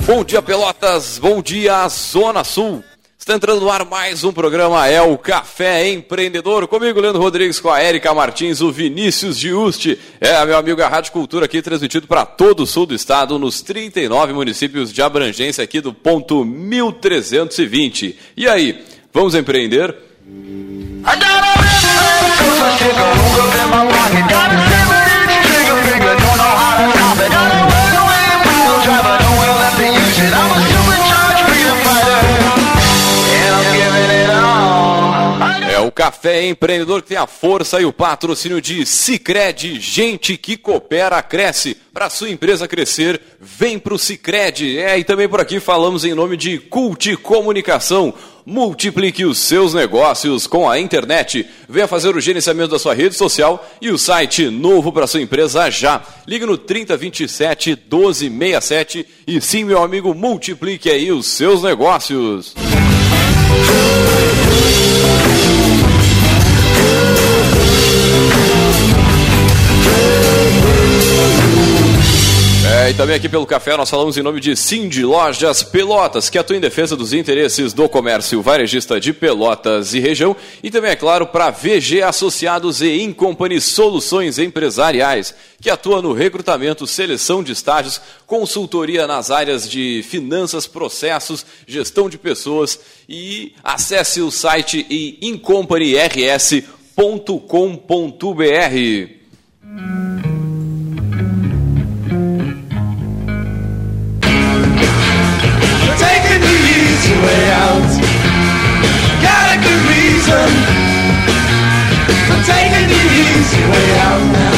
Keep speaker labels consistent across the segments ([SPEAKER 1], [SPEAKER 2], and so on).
[SPEAKER 1] Bom dia, Pelotas, bom dia, Zona Sul. Está entrando no ar mais um programa, é o Café Empreendedor. Comigo, Leandro Rodrigues, com a Érica Martins, o Vinícius Giusti. Meu amigo, a Rádio Cultura aqui, transmitido para todo o sul do estado, nos 39 municípios de abrangência aqui do ponto 1320. E aí, vamos empreender? É o Café Empreendedor que tem a força e o patrocínio de Sicredi. Gente que coopera, cresce. Para sua empresa crescer, vem para o Sicredi. E também por aqui falamos em nome de Cult Comunicação. Multiplique os seus negócios com a internet. Venha fazer o gerenciamento da sua rede social e o site novo para sua empresa já. Ligue no 3027 1267 e sim, meu amigo, multiplique aí os seus negócios. E também aqui pelo café nós falamos em nome de Cindy Lojas Pelotas, que atua em defesa dos interesses do comércio varejista de Pelotas e região. E também, é claro, para VG Associados e Incompany Soluções Empresariais, que atua no recrutamento, seleção de estágios, consultoria nas áreas de finanças, processos, gestão de pessoas. E acesse o site incompanyrs.com.br.
[SPEAKER 2] Way out. Got a good reason for taking the easy way out now.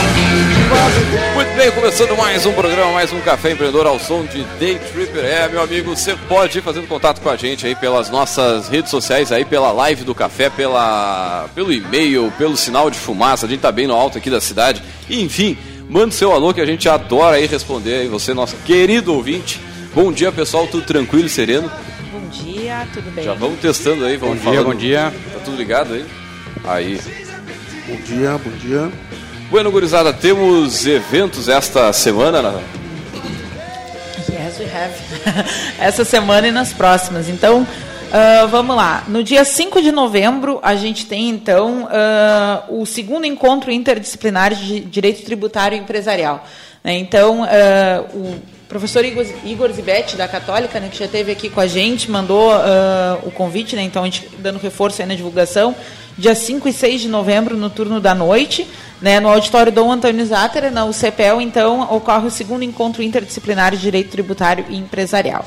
[SPEAKER 1] Muito bem, começando mais um programa, mais um Café Empreendedor ao som de Day Tripper. Meu amigo, você pode ir fazendo contato com a gente aí pelas nossas redes sociais, aí pela live do café, pelo e-mail, pelo sinal de fumaça. A gente tá bem no alto aqui da cidade. Enfim, manda seu alô que a gente adora aí responder aí você, nosso querido ouvinte. Bom dia, pessoal, tudo tranquilo e sereno?
[SPEAKER 3] Bom dia, tudo bem?
[SPEAKER 1] Já vamos testando aí, vamos
[SPEAKER 4] falando. Bom dia.
[SPEAKER 1] Tá tudo ligado aí? Aí.
[SPEAKER 4] Bom dia.
[SPEAKER 1] Bueno, gurizada, temos eventos esta semana, né?
[SPEAKER 3] Yes, we have. Essa semana e nas próximas. Então, vamos lá. No dia 5 de novembro, a gente tem, então, o segundo encontro interdisciplinar de Direito Tributário e Empresarial. Então, o professor Igor Zibetti, da Católica, né, que já esteve aqui com a gente, mandou o convite, né, então a gente dando reforço aí na divulgação, dia 5 e 6 de novembro, no turno da noite, né, no auditório Dom Antônio Zatter, na UCPEL, então, ocorre o segundo encontro interdisciplinar de Direito Tributário e Empresarial.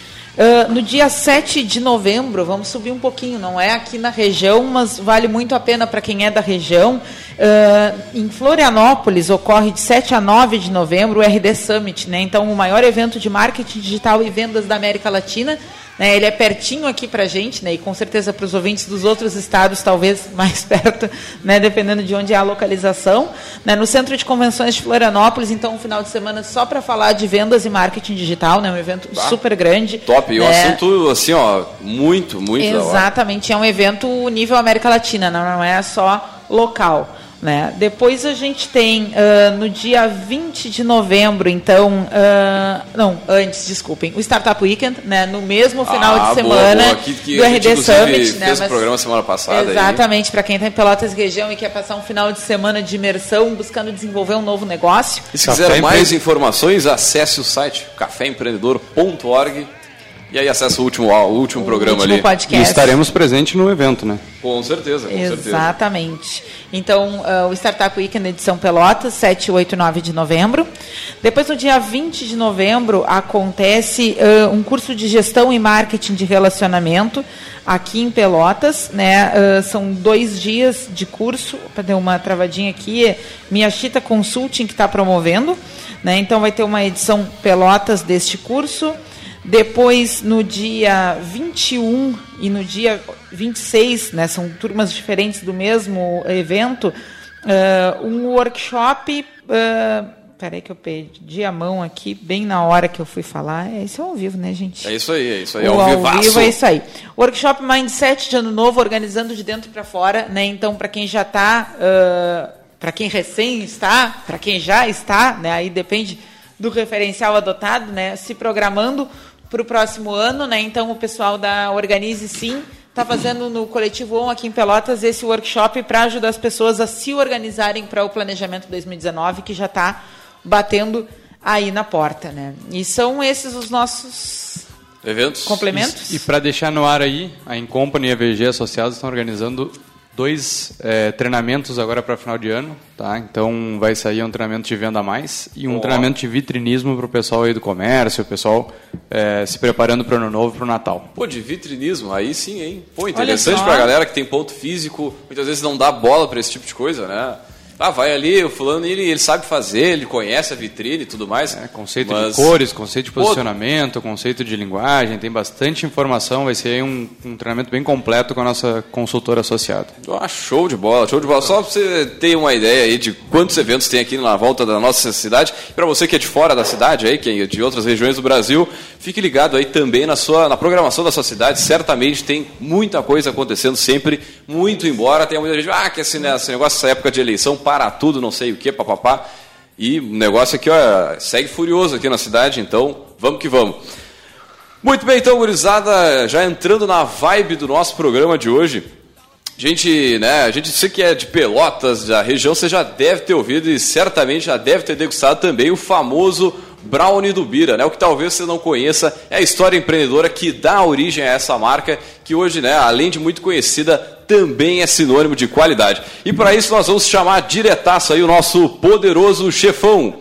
[SPEAKER 3] No dia 7 de novembro, vamos subir um pouquinho, não é aqui na região, mas vale muito a pena para quem é da região. Em Florianópolis, ocorre de 7 a 9 de novembro o RD Summit, né? Então, o maior evento de marketing digital e vendas da América Latina. Né? Ele é pertinho aqui para a gente, né? E com certeza para os ouvintes dos outros estados, talvez mais perto, né? Dependendo de onde é a localização. Né? No Centro de Convenções de Florianópolis, então, um final de semana só para falar de vendas e marketing digital, né? Um evento super grande.
[SPEAKER 1] Top, e um assunto, assim, ó, muito
[SPEAKER 3] exatamente, é um evento nível América Latina, não é só local. Né? Depois a gente tem no dia 20 de novembro, então, antes, desculpem, o Startup Weekend, né? No mesmo final de semana
[SPEAKER 1] boa.
[SPEAKER 3] Do RD Summit. Né?
[SPEAKER 1] Fez o programa semana passada.
[SPEAKER 3] Exatamente, para quem está em Pelotas região e quer passar um final de semana de imersão, buscando desenvolver um novo negócio.
[SPEAKER 1] E se quiser mais informações, acesse o site caféempreendedor.org. E aí acessa o último programa ali.
[SPEAKER 3] Podcast.
[SPEAKER 4] E estaremos presentes no evento, né?
[SPEAKER 1] Com certeza,
[SPEAKER 3] Exatamente. Então, o Startup Weekend edição Pelotas, 7, 8 e 9 de novembro. Depois, no dia 20 de novembro, acontece um curso de gestão e marketing de relacionamento aqui em Pelotas. Né? São 2 dias de curso. Para dar uma travadinha aqui, Miyashita Consulting que está promovendo. Né? Então, vai ter uma edição Pelotas deste curso. Depois, no dia 21 e no dia 26, né, são turmas diferentes do mesmo evento, um workshop... Peraí que eu perdi a mão aqui, bem na hora que eu fui falar. Isso é ao vivo, né, gente?
[SPEAKER 1] É isso aí,
[SPEAKER 3] ao vivo é isso aí. Workshop Mindset de Ano Novo, organizando de dentro para fora, né? Então, para quem já está... para quem recém está, para quem já está, né, aí depende do referencial adotado, né, se programando para o próximo ano, né? Então o pessoal da Organize Sim está fazendo no Coletivo ON aqui em Pelotas esse workshop para ajudar as pessoas a se organizarem para o planejamento 2019, que já está batendo aí na porta, né? E são esses os nossos
[SPEAKER 1] eventos,
[SPEAKER 3] complementos.
[SPEAKER 4] E para deixar no ar aí, a Incompany e a VG Associados estão organizando 2 treinamentos agora para final de ano, tá? Então vai sair um treinamento de venda a mais e um treinamento de vitrinismo para o pessoal aí do comércio, o pessoal se preparando para o ano novo, para o Natal.
[SPEAKER 1] Pô, de vitrinismo, aí sim, hein? Pô, interessante para a galera que tem ponto físico, muitas vezes não dá bola para esse tipo de coisa, né? Ah, vai ali, o fulano, ele sabe fazer, ele conhece a vitrine e tudo mais.
[SPEAKER 4] Conceito de cores, conceito de posicionamento, conceito de linguagem, tem bastante informação, vai ser um treinamento bem completo com a nossa consultora associada.
[SPEAKER 1] Ah, show de bola, show de bola. Só para você ter uma ideia aí de quantos eventos tem aqui na volta da nossa cidade. Para você que é de fora da cidade, aí, que é de outras regiões do Brasil, fique ligado aí também na programação da sua cidade. Certamente tem muita coisa acontecendo sempre, muito embora. Tem muita gente, que esse negócio, essa época de eleição, para tudo, não sei o que, papapá. E o negócio aqui, segue furioso aqui na cidade, então vamos que vamos. Muito bem, então, gurizada, já entrando na vibe do nosso programa de hoje. A gente, você que é de Pelotas, da região, você já deve ter ouvido e certamente já deve ter degustado também o famoso Brownie do Bira, né? O que talvez você não conheça é a história empreendedora que dá origem a essa marca, que hoje, né, além de muito conhecida, também é sinônimo de qualidade. E para isso nós vamos chamar diretaço aí o nosso poderoso chefão.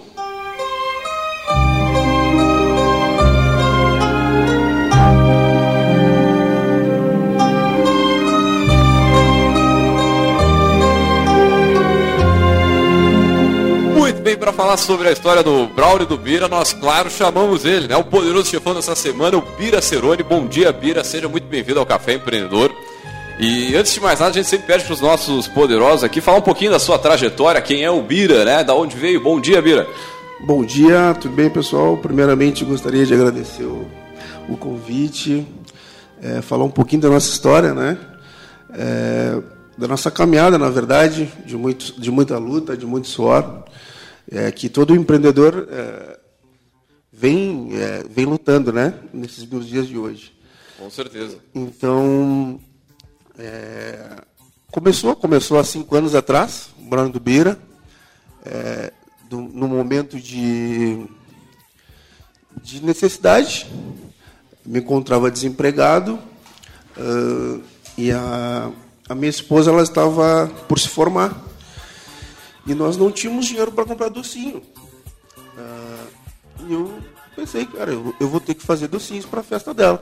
[SPEAKER 1] Para falar sobre a história do Brownie do Bira, nós, claro, chamamos ele, né? O poderoso chefão dessa semana, o Bira Ceroni. Bom dia, Bira, seja muito bem-vindo ao Café Empreendedor. E antes de mais nada, a gente sempre pede para os nossos poderosos aqui falar um pouquinho da sua trajetória, quem é o Bira, né? Da onde veio. Bom dia, Bira.
[SPEAKER 5] Bom dia, tudo bem, pessoal? Primeiramente, gostaria de agradecer o convite, falar um pouquinho da nossa história, né? Da nossa caminhada, na verdade, de muita luta, de muito suor. Que todo empreendedor vem lutando, né, nesses meus dias de hoje.
[SPEAKER 1] Com certeza.
[SPEAKER 5] Então, começou há 5 anos atrás, o Brownie do Bira, no momento de necessidade. Me encontrava desempregado e a minha esposa, ela estava por se formar. E nós não tínhamos dinheiro para comprar docinho. E eu pensei, cara, eu vou ter que fazer docinhos para a festa dela.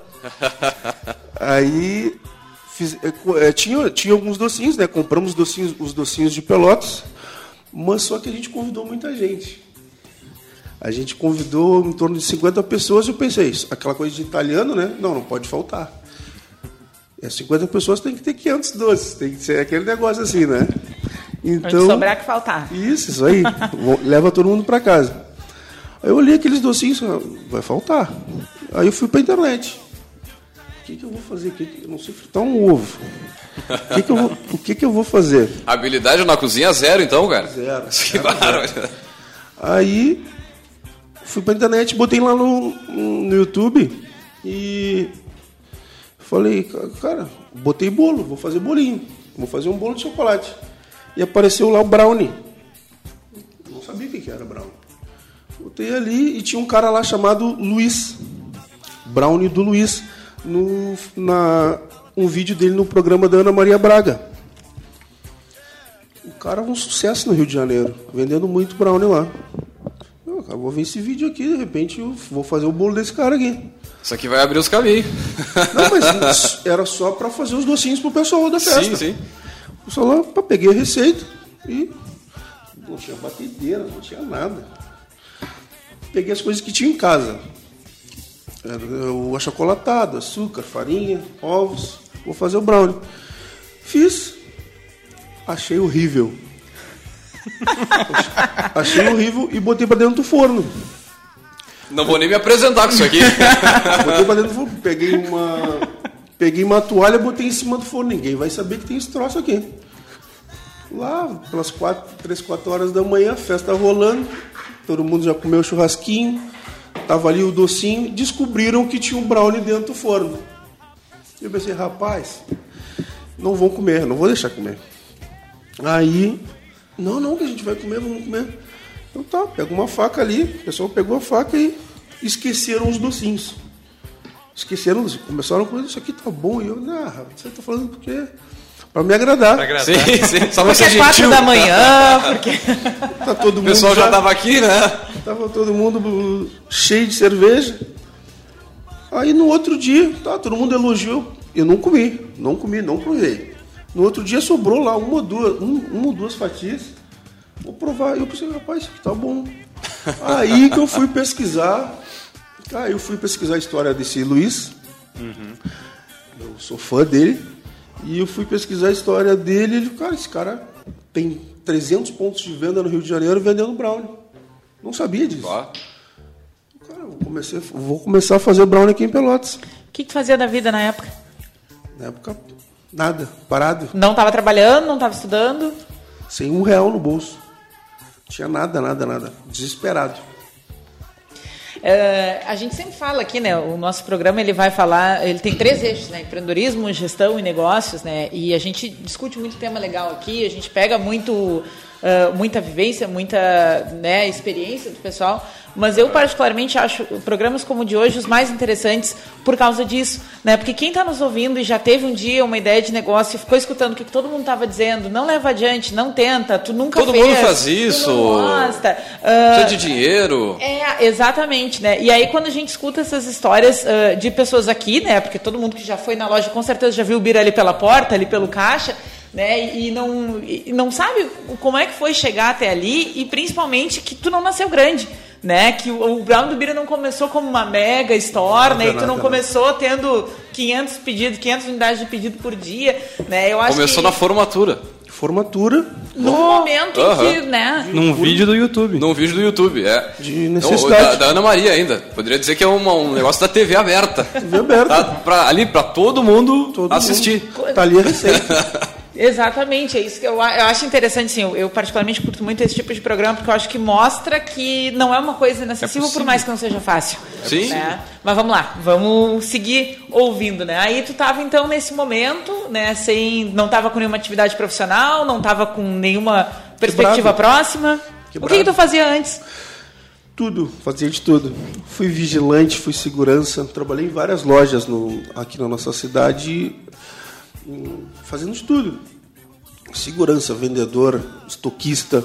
[SPEAKER 5] Aí tinha alguns docinhos, né? Compramos os docinhos de Pelotas, mas só que a gente convidou muita gente. A gente convidou em torno de 50 pessoas e eu pensei, aquela coisa de italiano, né? Não pode faltar. 50 pessoas tem que ter 500 doces, tem que ser aquele negócio assim, né? Então,
[SPEAKER 3] onde sobrar que faltar.
[SPEAKER 5] Isso aí. Leva todo mundo para casa. Aí eu olhei aqueles docinhos, vai faltar. Aí eu fui para a internet. O que eu vou fazer? Eu não sei fritar um ovo. O que eu vou fazer?
[SPEAKER 1] Habilidade na cozinha zero, então, cara?
[SPEAKER 5] Zero.
[SPEAKER 1] Claro.
[SPEAKER 5] Aí fui para a internet, botei lá no YouTube e falei, cara, botei bolo, vou fazer bolinho. Vou fazer um bolo de chocolate. E apareceu lá o Brownie. Não sabia o que era Brownie. Botei ali e tinha um cara lá chamado Luiz. Brownie do Luiz. Um vídeo dele no programa da Ana Maria Braga. O cara é um sucesso no Rio de Janeiro. Vendendo muito Brownie lá. Eu vou ver esse vídeo aqui, de repente eu vou fazer o bolo desse cara aqui.
[SPEAKER 1] Isso aqui vai abrir os caminhos.
[SPEAKER 5] Não, mas era só para fazer os docinhos pro pessoal da festa.
[SPEAKER 1] Sim.
[SPEAKER 5] Eu só lá peguei a receita e não tinha batedeira, não tinha nada. Peguei as coisas que tinha em casa. O achocolatado, açúcar, farinha, ovos. Vou fazer o brownie. Fiz. Achei horrível. Achei horrível e botei para dentro do forno.
[SPEAKER 1] Não vou nem me apresentar com isso aqui.
[SPEAKER 5] Botei para dentro do forno. Peguei uma toalha e botei em cima do forno. Ninguém vai saber que tem esse troço aqui. Lá, pelas 3, 4 horas da manhã, festa rolando. Todo mundo já comeu churrasquinho. Tava ali o docinho, descobriram que tinha um brownie dentro do forno. Eu pensei, rapaz, não vão comer, não vou deixar comer. Aí, não, que a gente vai comer, vamos comer. Então tá, pega uma faca ali, o pessoal pegou a faca e esqueceram os docinhos. Esqueceram, começaram com isso aqui tá bom. E eu, você tá falando porque... Pra me agradar.
[SPEAKER 1] Sim, só
[SPEAKER 3] Porque
[SPEAKER 1] você
[SPEAKER 3] é 4 da manhã, porque...
[SPEAKER 5] Tá todo
[SPEAKER 1] O
[SPEAKER 5] mundo
[SPEAKER 1] pessoal já tava aqui, né?
[SPEAKER 5] Tava todo mundo cheio de cerveja. Aí no outro dia, todo mundo elogiou. Eu não comi, não provei. No outro dia sobrou lá uma ou duas fatias. Vou provar. Eu pensei, rapaz, isso aqui tá bom. Aí que eu fui pesquisar. Eu fui pesquisar a história desse Luiz. Eu sou fã dele. E eu fui pesquisar a história dele. Ele, esse cara tem 300 pontos de venda no Rio de Janeiro vendendo brownie. Não sabia disso.
[SPEAKER 1] Ó.
[SPEAKER 5] Cara, vou começar a fazer brownie aqui em Pelotas.
[SPEAKER 3] O que tu fazia da vida na época?
[SPEAKER 5] Na época, nada, parado.
[SPEAKER 3] Não estava trabalhando, não estava estudando?
[SPEAKER 5] Sem R$1 no bolso. Tinha nada. Desesperado.
[SPEAKER 3] A gente sempre fala aqui, né? O nosso programa ele vai falar, ele tem 3 eixos, né? Empreendedorismo, gestão e negócios, né? E a gente discute muito tema legal aqui, a gente pega muita vivência, muita, né, experiência do pessoal. Mas eu particularmente acho programas como o de hoje os mais interessantes por causa disso, né? Porque quem está nos ouvindo e já teve um dia uma ideia de negócio e ficou escutando o que todo mundo estava dizendo, não leva adiante, não tenta, tu nunca
[SPEAKER 1] Todo
[SPEAKER 3] fez.
[SPEAKER 1] mundo faz isso.
[SPEAKER 3] Tu não gosta.
[SPEAKER 1] Precisa de dinheiro.
[SPEAKER 3] Exatamente, né? E aí quando a gente escuta essas histórias de pessoas aqui, né? Porque todo mundo que já foi na loja com certeza já viu o Bira ali pela porta, ali pelo caixa, né? E não sabe como é que foi chegar até ali e principalmente que tu não nasceu grande. Né? Que o Brown do Bira não começou como uma mega store, né? E tu não começou tendo 500 unidades de pedido por dia, né? Eu acho
[SPEAKER 1] Começou na formatura.
[SPEAKER 3] No momento em que, né?
[SPEAKER 4] Num vídeo do YouTube.
[SPEAKER 1] Num vídeo do YouTube,
[SPEAKER 5] De necessidade.
[SPEAKER 1] Da Ana Maria ainda. Poderia dizer que é um negócio da TV aberta.
[SPEAKER 5] TV aberta.
[SPEAKER 1] Pra todo mundo assistir.
[SPEAKER 5] Tá ali a receita.
[SPEAKER 3] Exatamente, é isso que eu acho interessante, sim, eu particularmente curto muito esse tipo de programa, porque eu acho que mostra que não é uma coisa inacessível, por mais que não seja fácil.
[SPEAKER 1] Sim.
[SPEAKER 3] Né? Mas vamos lá, vamos seguir ouvindo, né? Aí tu estava então nesse momento, né, não estava com nenhuma atividade profissional, não estava com nenhuma perspectiva próxima. O que tu fazia antes?
[SPEAKER 5] Tudo, fazia de tudo. Fui vigilante, fui segurança, trabalhei em várias lojas aqui na nossa cidade, fazendo de tudo. Segurança, vendedor, estoquista.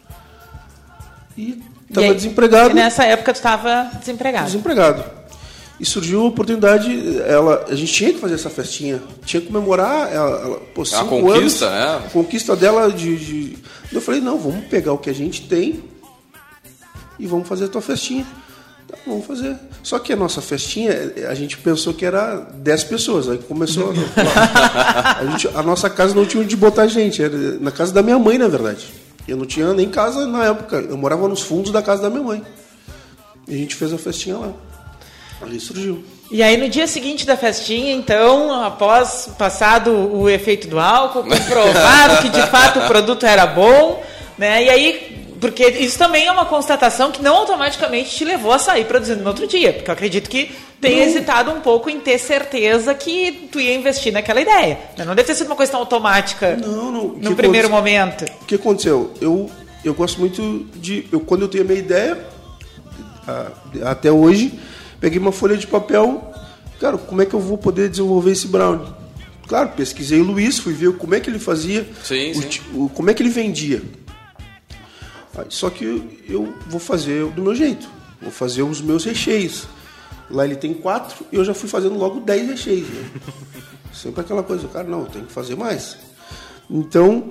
[SPEAKER 5] E estava desempregado.
[SPEAKER 3] E nessa época tu estava desempregado.
[SPEAKER 5] Desempregado. E surgiu a oportunidade, a gente tinha que fazer essa festinha. Tinha que comemorar ela, 5
[SPEAKER 1] conquista,
[SPEAKER 5] anos. A conquista dela Eu falei, não, vamos pegar o que a gente tem e vamos fazer a tua festinha. Tá, vamos fazer. Só que a nossa festinha, a gente pensou que era 10 pessoas. Aí começou a nossa casa não tinha onde botar gente. Era na casa da minha mãe, na verdade. Eu não tinha nem casa na época. Eu morava nos fundos da casa da minha mãe. E a gente fez a festinha lá. Aí surgiu.
[SPEAKER 3] E aí no dia seguinte da festinha, então, após passado o efeito do álcool, comprovado que de fato o produto era bom, né? E aí, porque isso também é uma constatação que não automaticamente te levou a sair produzindo no outro dia, porque eu acredito que tenha hesitado um pouco em ter certeza que tu ia investir naquela ideia. Não deve ter sido uma coisa tão automática no primeiro momento.
[SPEAKER 5] O que aconteceu? Eu gosto muito quando eu tenho a minha ideia, até hoje, peguei uma folha de papel, cara, como é que eu vou poder desenvolver esse brownie? Claro, pesquisei o Luiz, fui ver como é que ele fazia, como é que ele vendia. Só que eu vou fazer do meu jeito, vou fazer os meus recheios. Lá ele tem 4 e eu já fui fazendo logo 10 recheios. Né? Sempre aquela coisa, cara, não, eu tenho que fazer mais. Então,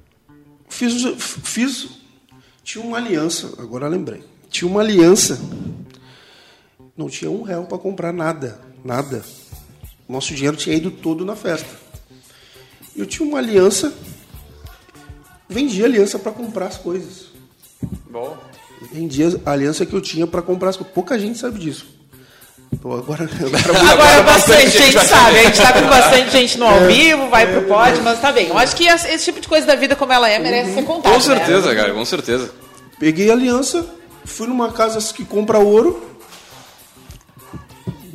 [SPEAKER 5] tinha uma aliança, agora eu lembrei. Tinha uma aliança, não tinha R$1 para comprar nada. Nosso dinheiro tinha ido todo na festa. Eu tinha uma aliança, vendia aliança para comprar as coisas.
[SPEAKER 1] Bom.
[SPEAKER 5] Vendia a aliança que eu tinha para comprar as coisas. Pouca gente sabe disso. Pô, agora
[SPEAKER 3] bastante gente sabe. A gente está com bastante gente no ao vivo, vai pro pod, mas tá bem. Eu acho que esse tipo de coisa da vida como ela é merece ser contada.
[SPEAKER 1] Com certeza, né? Cara, com certeza.
[SPEAKER 5] Peguei a aliança, fui numa casa que compra ouro,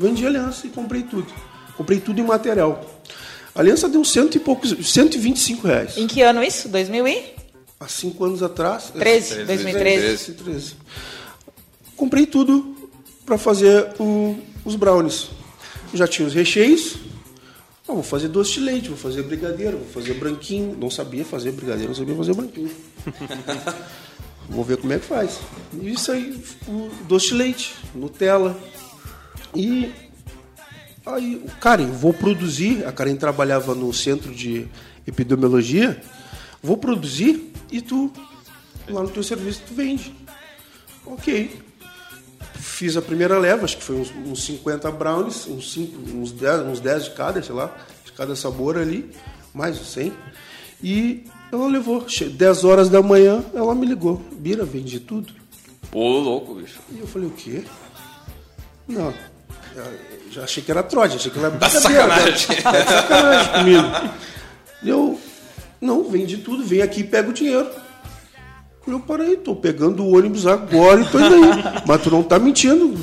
[SPEAKER 5] Vendi a aliança e comprei tudo. Comprei tudo em material. A aliança deu 125 reais.
[SPEAKER 3] Em que ano isso? 2000 e?
[SPEAKER 5] Há 5 anos atrás.
[SPEAKER 3] 2013.
[SPEAKER 5] Comprei tudo para fazer os brownies. Já tinha os recheios. Vou fazer doce de leite, vou fazer brigadeiro, vou fazer branquinho. Não sabia fazer brigadeiro, não sabia fazer branquinho. Vou ver como é que faz. Isso aí, o doce de leite, Nutella. E aí, o Karen, vou produzir. A Karen trabalhava no centro de epidemiologia. Vou produzir e tu, lá no teu serviço, tu vende. Ok. Fiz a primeira leva, acho que foi uns 50 brownies, uns 10 de cada, sei lá, de cada sabor ali, mais de 100. E ela levou. 10 horas da manhã, ela me ligou. Bira, vendi tudo.
[SPEAKER 1] Pô, louco, bicho.
[SPEAKER 5] E eu falei, o quê? Não. Já achei que era trote, achei que ela era
[SPEAKER 1] Tá sacanagem.
[SPEAKER 5] Tá sacanagem comigo. E eu, não, vendi tudo, vem aqui e pega o dinheiro. Eu parei, tô pegando o ônibus agora e tô indo aí. Mas tu não tá mentindo.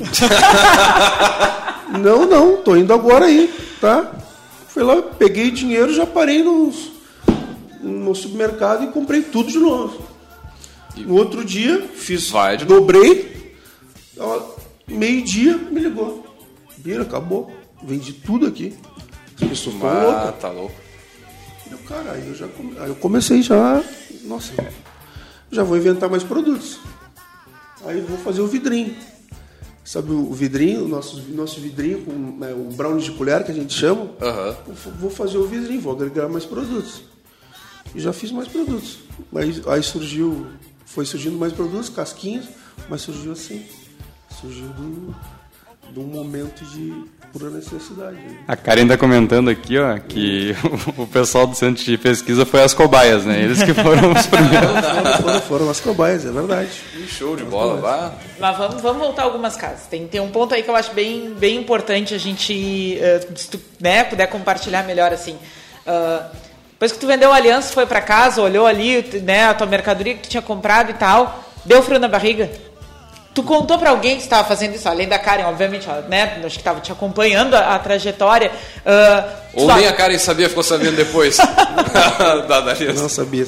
[SPEAKER 5] Não, tô indo agora aí, tá? Fui lá, peguei dinheiro, já parei no supermercado e comprei tudo de novo. No outro dia, dobrei. Meio-dia, me ligou. Bira, acabou. Vendi tudo aqui. As pessoas foram loucas.
[SPEAKER 1] Tá louco.
[SPEAKER 5] Eu, cara, aí eu comecei já. Nossa, já vou inventar mais produtos. Aí vou fazer o vidrinho. Sabe o vidrinho, o nosso vidrinho, com o brownie de colher que a gente chama?
[SPEAKER 1] Uhum.
[SPEAKER 5] Vou fazer o vidrinho, vou agregar mais produtos. E já fiz mais produtos. Aí foi surgindo mais produtos, casquinhos, mas surgiu assim. Surgiu de um momento de pura necessidade.
[SPEAKER 4] A Karen está comentando aqui, ó, que o pessoal do centro de pesquisa foi as cobaias, né? Eles que foram os primeiros.
[SPEAKER 5] Foram as cobaias, é verdade.
[SPEAKER 1] Show de bola, vá.
[SPEAKER 3] Mas vamos voltar a algumas casas. Tem um ponto aí que eu acho bem, bem importante a gente, se tu, né, puder compartilhar melhor assim. Depois que tu vendeu a aliança, foi para casa, olhou ali, né, a tua mercadoria que tu tinha comprado e tal, deu frio na barriga? Tu contou pra alguém que estava fazendo isso, além da Karen, obviamente, né? Acho que estava te acompanhando a trajetória.
[SPEAKER 1] Ou nem a Karen sabia, ficou sabendo depois.
[SPEAKER 5] Não sabia.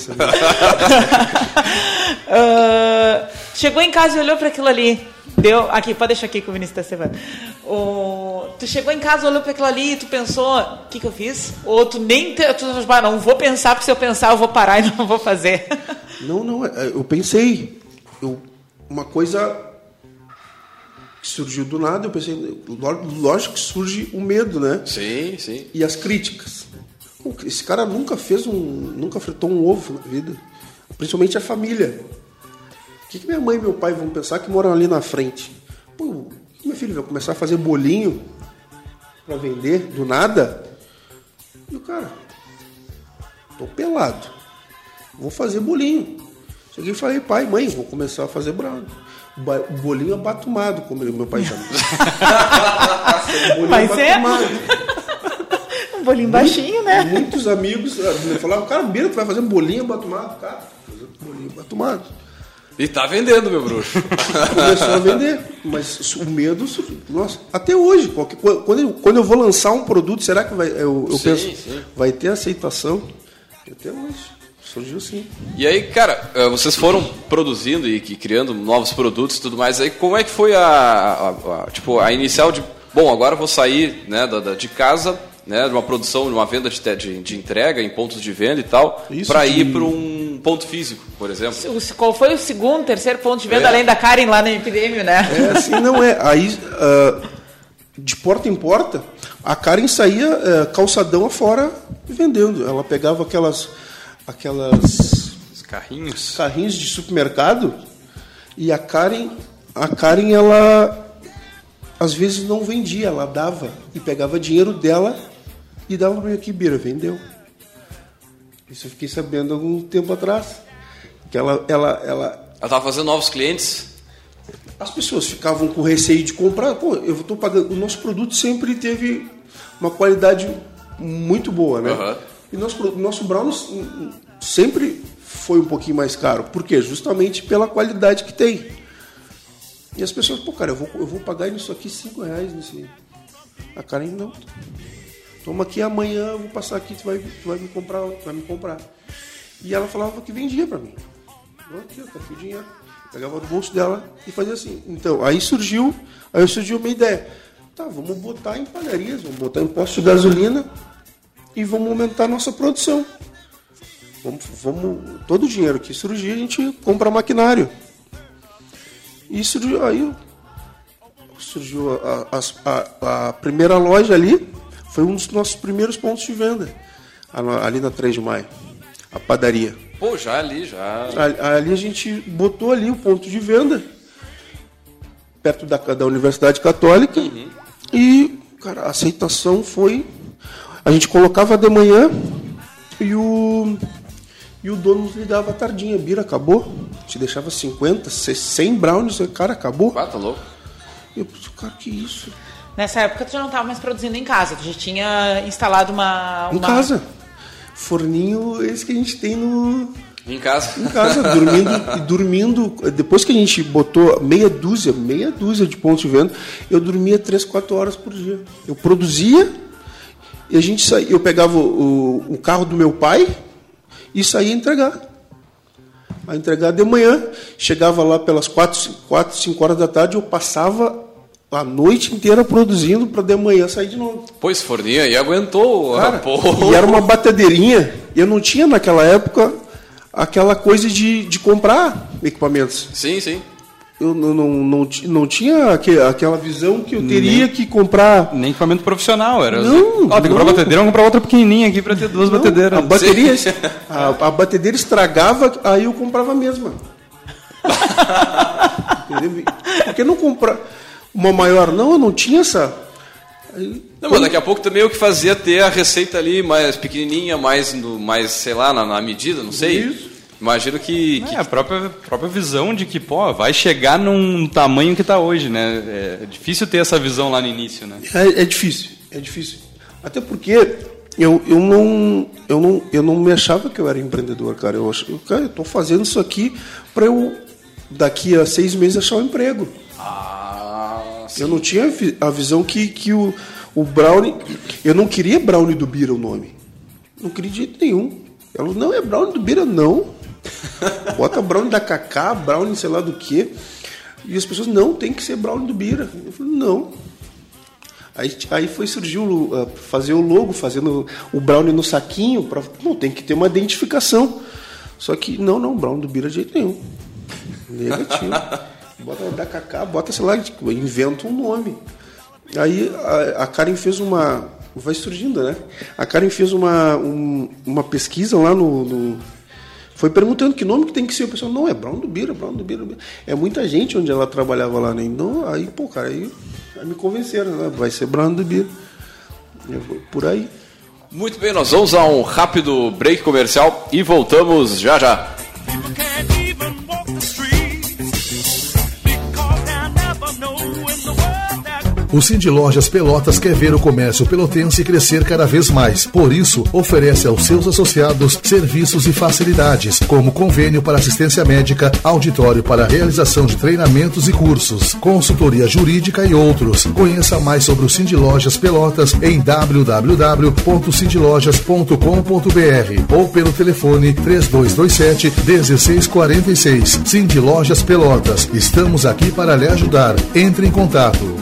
[SPEAKER 3] Chegou em casa e olhou para aquilo ali. Deu. Aqui, pode deixar aqui que o Vinícius está servando. Tu chegou em casa, olhou para aquilo ali e tu pensou, o que eu fiz? Ou tu nem. Não vou pensar, porque se eu pensar eu vou parar e não vou fazer.
[SPEAKER 5] Não, eu pensei. Uma coisa que surgiu do nada, eu pensei, lógico que surge o medo, né?
[SPEAKER 1] Sim.
[SPEAKER 5] E as críticas. Esse cara nunca fritou um ovo na vida. Principalmente a família. O que minha mãe e meu pai vão pensar que moram ali na frente? Pô, meu filho vai começar a fazer bolinho para vender do nada? E o cara, tô pelado. Vou fazer bolinho. Cheguei e falei, pai, mãe, vou começar a fazer brownie. O bolinho abatumado, como meu pai chama.
[SPEAKER 3] Mas um bolinho baixinho, né?
[SPEAKER 5] Muitos amigos me falavam, cara, Bira, tu vai fazer um bolinho abatumado? Cara, fazer um bolinho abatumado.
[SPEAKER 1] E tá vendendo, meu bruxo.
[SPEAKER 5] Começou a vender, mas o medo, nossa, até hoje, quando eu vou lançar um produto, será que eu penso, vai ter aceitação? Até hoje. Surgiu sim.
[SPEAKER 1] E aí, cara, vocês foram produzindo e criando novos produtos e tudo mais. Aí, como é que foi a inicial de... Bom, agora eu vou sair, né, de casa, né, de uma produção, de uma venda de entrega em pontos de venda e tal, para ir para um ponto físico, por exemplo.
[SPEAKER 3] Qual foi o segundo, terceiro ponto de venda, além da Karen lá na Epidemio, né?
[SPEAKER 5] Assim, não é. Aí, de porta em porta, a Karen saía calçadão afora vendendo. Ela pegava aquelas carrinhos de supermercado e a Karen ela às vezes não vendia, ela dava e pegava dinheiro dela e dava para mim aqui, Bira, vendeu. Isso eu fiquei sabendo algum tempo atrás que ela
[SPEAKER 1] estava fazendo novos clientes.
[SPEAKER 5] As pessoas ficavam com receio de comprar. Pô, eu estou pagando. O nosso produto sempre teve uma qualidade muito boa, né?
[SPEAKER 1] Uhum.
[SPEAKER 5] E nosso brownie sempre foi um pouquinho mais caro. Por quê? Justamente pela qualidade que tem. E as pessoas, pô, cara, eu vou pagar nisso aqui R$5 nesse. A Karen, não. Toma aqui, amanhã eu vou passar aqui, tu vai me comprar. E ela falava que vendia pra mim. Eu aqui, tá aqui o dinheiro. Pegava no bolso dela e fazia assim. Então, aí surgiu uma ideia. Tá, vamos botar em padarias, vamos botar em posto de gasolina e vamos aumentar a nossa produção. Vamos todo o dinheiro que surgir, a gente compra maquinário. E surgiu a primeira loja ali, foi um dos nossos primeiros pontos de venda, ali na 3 de Maio, a padaria.
[SPEAKER 1] Pô, já ali.
[SPEAKER 5] Ali a gente botou ali o ponto de venda, perto da Universidade Católica, e, cara, a aceitação foi... A gente colocava de manhã e o dono nos ligava à tardinha. Bira, acabou? Te deixava 50, 100 brownies, cara, acabou.
[SPEAKER 1] Ah, tá louco.
[SPEAKER 5] Eu pensei, cara, que isso?
[SPEAKER 3] Nessa época tu já não estava mais produzindo em casa, tu já tinha instalado uma...
[SPEAKER 5] Em casa. Forninho, esse que a gente tem no...
[SPEAKER 1] Em casa,
[SPEAKER 5] dormindo. Depois que a gente botou meia dúzia de pontos de venda, eu dormia 3, 4 horas por dia. Eu produzia e a gente saía. Eu pegava o carro do meu pai e saía entregar. A entregar de manhã, chegava lá pelas 4, 5 horas da tarde, eu passava a noite inteira produzindo para de manhã sair de novo.
[SPEAKER 1] Pois, forninho aí aguentou.
[SPEAKER 5] Cara, e era uma batedeirinha. Eu não tinha naquela época aquela coisa de comprar equipamentos.
[SPEAKER 1] Sim.
[SPEAKER 5] Eu não tinha aquela visão que eu teria que comprar...
[SPEAKER 4] Nem equipamento profissional, era...
[SPEAKER 5] Não,
[SPEAKER 4] tem que comprar batedeira, vamos comprar outra pequenininha aqui para ter 2 batedeiras.
[SPEAKER 5] A batedeira estragava, aí eu comprava a mesma. Entendeu? Porque não comprar uma maior, não, eu não tinha essa...
[SPEAKER 1] Não, mas daqui a pouco também o que fazia ter a receita ali mais pequenininha, mais sei lá, na medida, não sei.
[SPEAKER 5] Isso.
[SPEAKER 1] Imagino que...
[SPEAKER 4] A própria visão de que, vai chegar num tamanho que está hoje, né? É difícil ter essa visão lá no início, né?
[SPEAKER 5] É difícil. Até porque eu não me achava que eu era empreendedor, cara. Eu estou fazendo isso aqui para eu, daqui a 6 meses, achar um emprego. Eu não tinha a visão que o Brownie... Eu não queria Brownie do Bira o nome. Não queria de jeito nenhum. Ela falou, não, é Brownie do Bira, não. Bota Brownie da Cacá, Brownie sei lá do quê. E as pessoas, não, tem que ser Brownie do Bira. Eu falei, não. Aí surgiu fazer o logo, fazendo o Brownie no saquinho. Não, tem que ter uma identificação. Só que, não, Brownie do Bira de jeito nenhum. Negativo. Bota da Cacá, bota, sei lá, inventa um nome. Aí a Karen fez uma... Vai surgindo, né? A Karen fez uma pesquisa lá foi perguntando que nome que tem que ser. O pessoal, não, é Brown do Bira. É muita gente onde ela trabalhava lá, né? Então, aí me convenceram, né? Vai ser Brown do Bira. Por aí.
[SPEAKER 1] Muito bem, nós vamos a um rápido break comercial e voltamos já.
[SPEAKER 6] O Cindy Lojas Pelotas quer ver o comércio pelotense crescer cada vez mais. Por isso, oferece aos seus associados serviços e facilidades, como convênio para assistência médica, auditório para realização de treinamentos e cursos, consultoria jurídica e outros. Conheça mais sobre o Cindy Lojas Pelotas em www.cindylojas.com.br ou pelo telefone 3227-1646. Cindy Lojas Pelotas. Estamos aqui para lhe ajudar. Entre em contato.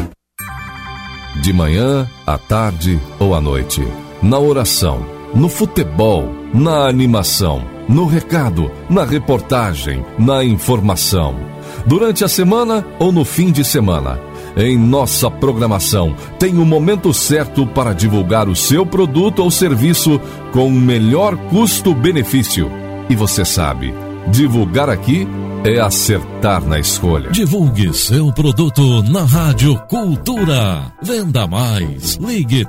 [SPEAKER 7] De manhã, à tarde ou à noite. Na oração, no futebol, na animação, no recado, na reportagem, na informação. Durante a semana ou no fim de semana. Em nossa programação, tem o momento certo para divulgar o seu produto ou serviço com o melhor custo-benefício. E você sabe, divulgar aqui é acertar na escolha.
[SPEAKER 8] Divulgue seu produto na Rádio Cultura. Venda mais. Ligue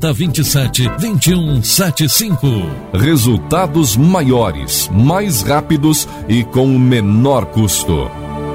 [SPEAKER 8] 3027-2175.
[SPEAKER 7] Resultados maiores, mais rápidos e com o menor custo.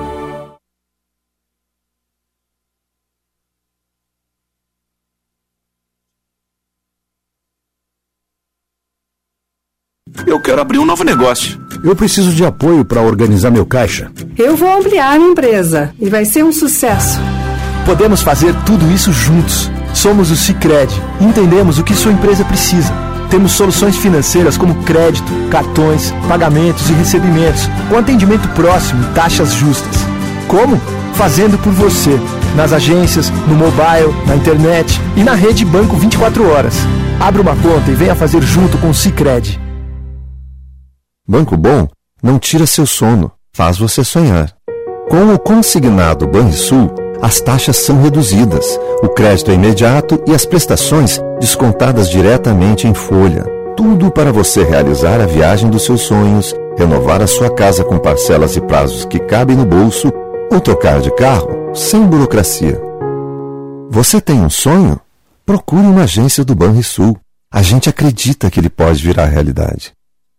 [SPEAKER 9] Eu quero abrir um novo negócio.
[SPEAKER 10] Eu preciso de apoio para organizar meu caixa.
[SPEAKER 11] Eu vou ampliar minha empresa e vai ser um sucesso.
[SPEAKER 10] Podemos fazer tudo isso juntos.
[SPEAKER 11] Somos o Sicredi e entendemos o que sua empresa precisa. Temos soluções financeiras como crédito, cartões, pagamentos e recebimentos, com atendimento próximo e taxas justas. Como? Fazendo por você, nas agências, no mobile, na internet e na rede Banco 24 horas. Abra uma conta e venha fazer junto com o Sicredi.
[SPEAKER 10] Banco Bom não tira seu sono, faz você sonhar. Com o consignado Banrisul, as taxas são reduzidas, o crédito é imediato e as prestações descontadas diretamente em folha. Tudo para você realizar a viagem dos seus sonhos, renovar a sua casa com parcelas e prazos que cabem no bolso ou trocar de carro sem burocracia. Você tem um sonho? Procure uma agência do Banrisul. A gente acredita que ele pode virar realidade.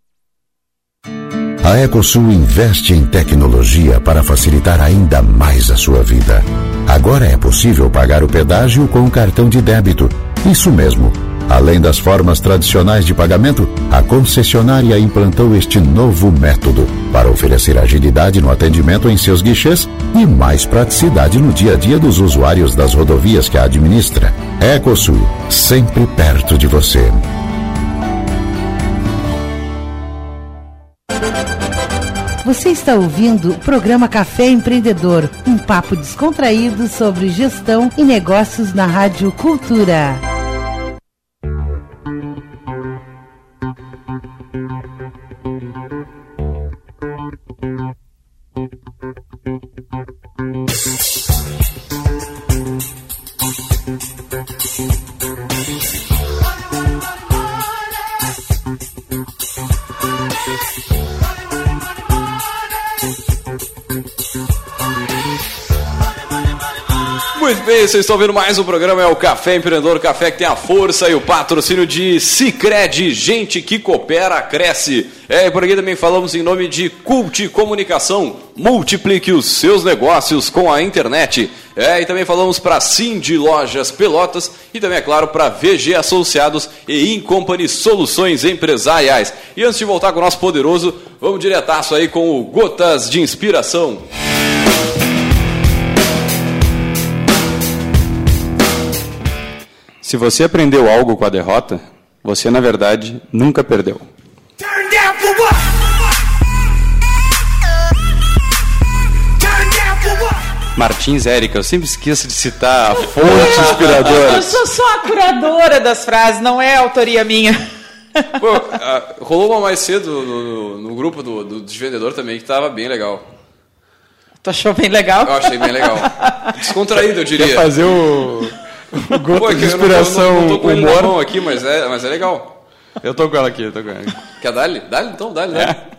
[SPEAKER 12] A Ecosul investe em tecnologia para facilitar ainda mais a sua vida. Agora é possível pagar o pedágio com o cartão de débito. Isso mesmo. Além das formas tradicionais de pagamento, a concessionária implantou este novo método para oferecer agilidade no atendimento em seus guichês e mais praticidade no dia a dia dos usuários das rodovias que a administra. Ecosul, sempre perto de você.
[SPEAKER 13] Você está ouvindo o programa Café Empreendedor, um papo descontraído sobre gestão e negócios na Rádio Cultura.
[SPEAKER 1] Muito bem, vocês estão vendo mais um programa, é o Café Empreendedor, o café que tem a força e o patrocínio de Sicredi, gente que coopera, cresce. E por aqui também falamos em nome de Cult Comunicação, multiplique os seus negócios com a internet. E também falamos para Cindy Lojas Pelotas e também, é claro, para VG Associados e Incompany Soluções Empresariais. E antes de voltar com o nosso poderoso, vamos diretaço aí com o Gotas de Inspiração.
[SPEAKER 4] Se você aprendeu algo com a derrota, você, na verdade, nunca perdeu. Martins Érica, eu sempre esqueço de citar a fonte inspiradora.
[SPEAKER 3] Eu sou só a curadora das frases, não é autoria minha.
[SPEAKER 1] Pô, rolou uma mais cedo no grupo do vendedor também, que estava bem legal.
[SPEAKER 3] Tu achou bem legal?
[SPEAKER 1] Eu achei bem legal. Descontraído, eu diria.
[SPEAKER 4] Quer fazer o gota de inspiração,
[SPEAKER 1] eu não tô com ele na mão aqui, mas é legal.
[SPEAKER 4] Eu tô com ela aqui,
[SPEAKER 1] Quer dar-lhe? Dá-lhe então, dá-lhe.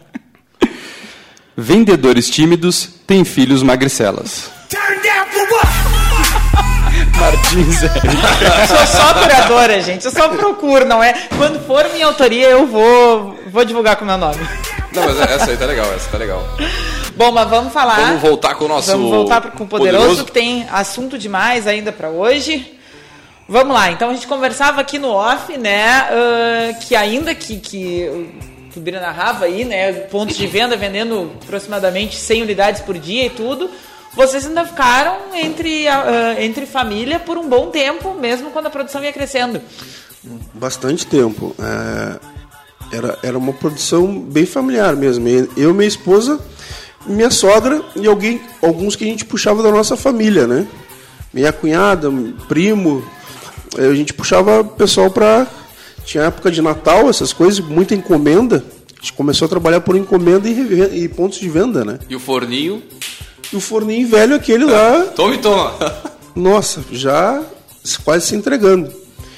[SPEAKER 4] Vendedores tímidos têm filhos magricelas. Martins Érica.
[SPEAKER 3] Sou só curadora, gente. Eu só procuro, não é? Quando for minha autoria, eu vou divulgar com o meu nome.
[SPEAKER 1] Não, mas essa aí tá legal,
[SPEAKER 3] Bom, mas vamos falar.
[SPEAKER 1] Vamos voltar com o nosso
[SPEAKER 3] Vamos voltar com o poderoso, que tem assunto demais ainda para hoje. Vamos lá, então a gente conversava aqui no off, né, que ainda que o Bira narrava aí, né, pontos de venda vendendo aproximadamente 100 unidades por dia e tudo, vocês ainda ficaram entre família por um bom tempo, mesmo quando a produção ia crescendo.
[SPEAKER 5] Bastante tempo. Era uma produção bem familiar mesmo. Eu, minha esposa, minha sogra e alguns que a gente puxava da nossa família, né? Minha cunhada, primo, a gente puxava pessoal para... Tinha época de Natal, essas coisas, muita encomenda. A gente começou a trabalhar por encomenda e pontos de venda, né?
[SPEAKER 1] E o forninho?
[SPEAKER 5] E o forninho velho, aquele lá...
[SPEAKER 1] Toma.
[SPEAKER 5] Nossa, já quase se entregando.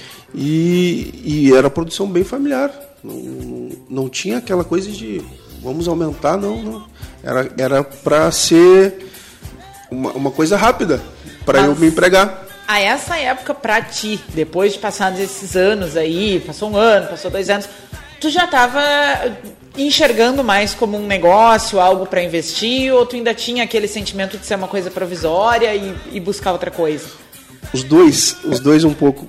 [SPEAKER 5] E era produção bem familiar. Não tinha aquela coisa de vamos aumentar, não. Era para ser uma coisa rápida, para eu me empregar.
[SPEAKER 3] A essa época, pra ti, depois de passados esses anos aí, passou um ano, passou 2 anos, tu já estava enxergando mais como um negócio, algo para investir, ou tu ainda tinha aquele sentimento de ser uma coisa provisória e buscar outra coisa?
[SPEAKER 5] Os dois um pouco.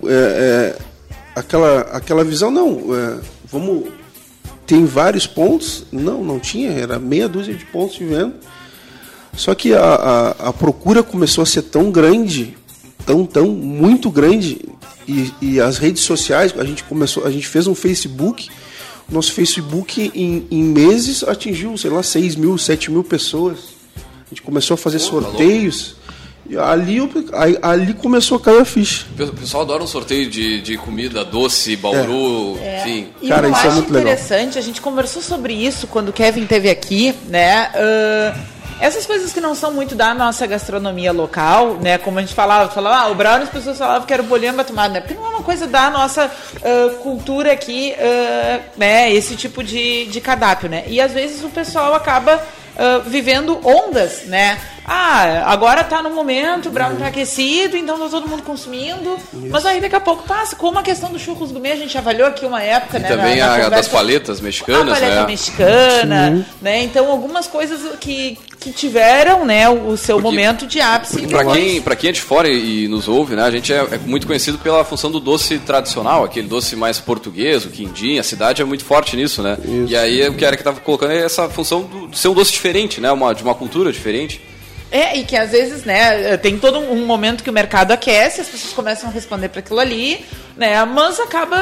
[SPEAKER 5] Aquela visão, vamos... Tem vários pontos? Não tinha, era meia dúzia de pontos de venda. Só que a procura começou a ser tão grande, muito grande, e as redes sociais, a gente fez um Facebook. Nosso Facebook em meses atingiu, sei lá, 6 mil, 7 mil pessoas. A gente começou a fazer sorteios. E ali começou a cair a ficha.
[SPEAKER 1] O pessoal adora um sorteio de comida doce, Bauru, enfim.
[SPEAKER 3] E
[SPEAKER 5] cara, isso é muito legal.
[SPEAKER 3] Interessante, a gente conversou sobre isso quando o Kevin esteve aqui, né? Essas coisas que não são muito da nossa gastronomia local, né? Como a gente falava, o brownie, as pessoas falavam que era o bolinho abatumado, né? Porque não é uma coisa da nossa cultura aqui, né? Esse tipo de cardápio, né? E às vezes o pessoal acaba vivendo ondas, né? Agora tá no momento, o brownie tá aquecido, então tá todo mundo consumindo. Isso. Mas aí daqui a pouco passa, como a questão do churros gourmet, a gente avaliou aqui uma época,
[SPEAKER 1] e
[SPEAKER 3] né?
[SPEAKER 1] Também a das paletas mexicanas,
[SPEAKER 3] a paleta mexicana, né? Então algumas coisas que tiveram, né, o seu momento de ápice.
[SPEAKER 1] Para quem é de fora e nos ouve, né, a gente é muito conhecido pela função do doce tradicional, aquele doce mais português, o quindim, a cidade é muito forte nisso, né? Isso. E aí o que era que estava colocando é essa função de ser um doce diferente, né, de uma cultura diferente.
[SPEAKER 3] E que às vezes, né, tem todo um momento que o mercado aquece, as pessoas começam a responder para aquilo ali, né, mas acaba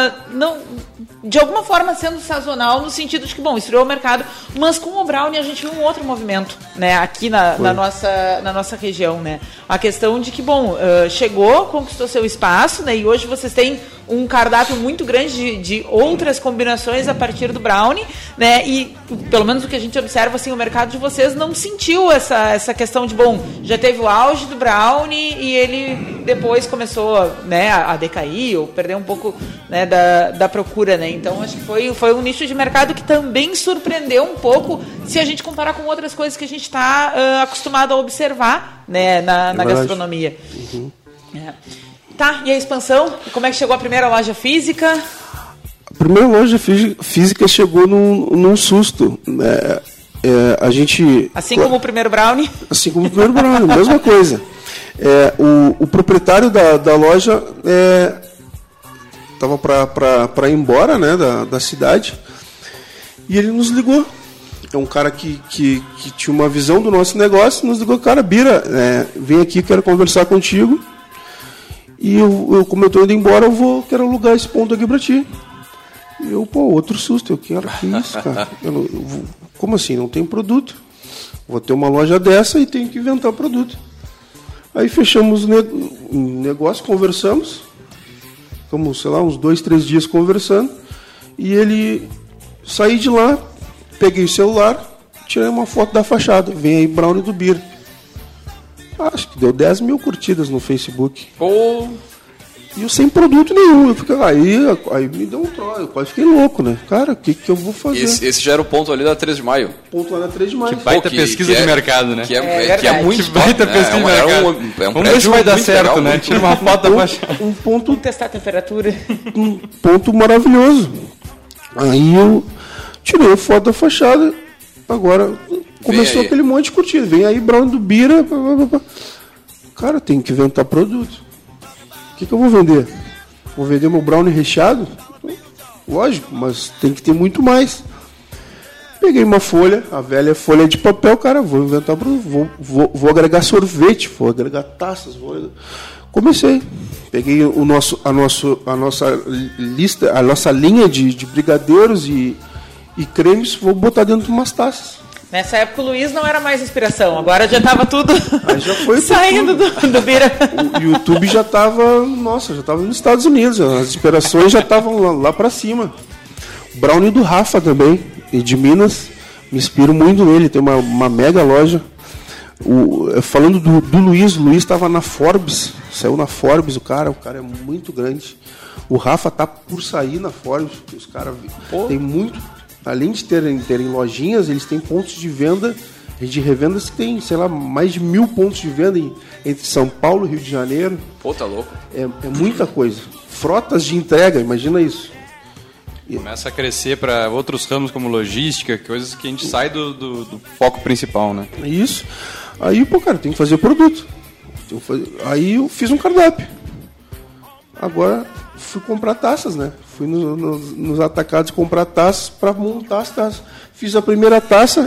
[SPEAKER 3] de alguma forma sendo sazonal no sentido de que, bom, esfriou o mercado, mas com o brownie a gente viu um outro movimento, né, aqui na nossa região, né, a questão de que, bom, chegou, conquistou seu espaço, né, e hoje vocês têm um cardápio muito grande de outras combinações a partir do brownie, né, e pelo menos o que a gente observa, assim, o mercado de vocês não sentiu essa questão de, bom, já teve o auge do brownie e ele depois começou, né, a decair ou perder um pouco, né, da procura, né, então acho que foi um nicho de mercado que também surpreendeu um pouco se a gente comparar com outras coisas que a gente está acostumado a observar, né, na gastronomia.
[SPEAKER 5] Uhum.
[SPEAKER 3] Tá, e a expansão? Como é que chegou a primeira loja física?
[SPEAKER 5] A primeira loja física chegou num susto, né? A gente...
[SPEAKER 3] Assim como o primeiro brownie?
[SPEAKER 5] Assim como o primeiro brownie, mesma coisa. O proprietário da loja estava para ir embora, né, da cidade, e ele nos ligou. É um cara que tinha uma visão do nosso negócio, nos ligou, cara, Bira, vem aqui, quero conversar contigo. E como eu estou indo embora, quero alugar esse ponto aqui para ti. E outro susto, que isso, cara? Como assim? Não tem produto. Vou ter uma loja dessa e tenho que inventar produto. Aí fechamos o negócio, conversamos. Ficamos, sei lá, uns 2, 3 dias conversando. E ele saí de lá, peguei o celular, tirei uma foto da fachada. Vem aí, brownie do Bira. Acho que deu 10 mil curtidas no Facebook. E eu sem produto nenhum. Eu fiquei, aí me deu um troço. Eu quase fiquei louco, né? Cara, o que eu vou fazer?
[SPEAKER 1] Esse já era o ponto ali da 3 de maio.
[SPEAKER 5] Ponto lá na 3 de maio.
[SPEAKER 4] Que baita pesquisa de mercado, né?
[SPEAKER 1] Que é muito
[SPEAKER 4] que baita pesquisa de mercado. Vamos ver se vai dar certo, legal, né? Tira uma foto da fachada.
[SPEAKER 3] Vamos testar a temperatura.
[SPEAKER 5] Um ponto maravilhoso. Aí eu tirei a foto da fachada. Agora começou aquele monte de curtida. Vem aí, brownie do Bira. Cara, tem que inventar produto. O que eu vou vender? Vou vender meu brownie recheado? Lógico, mas tem que ter muito mais. Peguei uma folha, a velha folha de papel, cara, vou inventar produto. Vou agregar sorvete, vou agregar taças. Comecei. Peguei a nossa lista, a nossa linha de brigadeiros e cremes, vou botar dentro de umas taças.
[SPEAKER 3] Nessa época o Luiz não era mais inspiração, agora já estava tudo
[SPEAKER 5] já foi
[SPEAKER 3] saindo do Bira.
[SPEAKER 5] O YouTube já estava nos Estados Unidos, as inspirações já estavam lá para cima. O brownie do Rafa também, e de Minas, me inspiro muito nele, tem uma mega loja. Falando do Luiz, o Luiz estava na Forbes, saiu na Forbes, o cara é muito grande. O Rafa tá por sair na Forbes, os caras tem muito... Além de terem lojinhas, eles têm pontos de venda, de revendas que tem, sei lá, mais de 1000 pontos de venda entre São Paulo e Rio de Janeiro.
[SPEAKER 1] Pô, tá louco.
[SPEAKER 5] É muita coisa. Frotas de entrega, imagina isso.
[SPEAKER 4] Começa a crescer para outros ramos como logística, coisas que a gente sai do foco principal, né?
[SPEAKER 5] Isso. Aí, cara, tem que fazer produto. Aí eu fiz um cardápio. Agora fui comprar taças, né? Fui nos atacados comprar taças para montar as taças. Fiz a primeira taça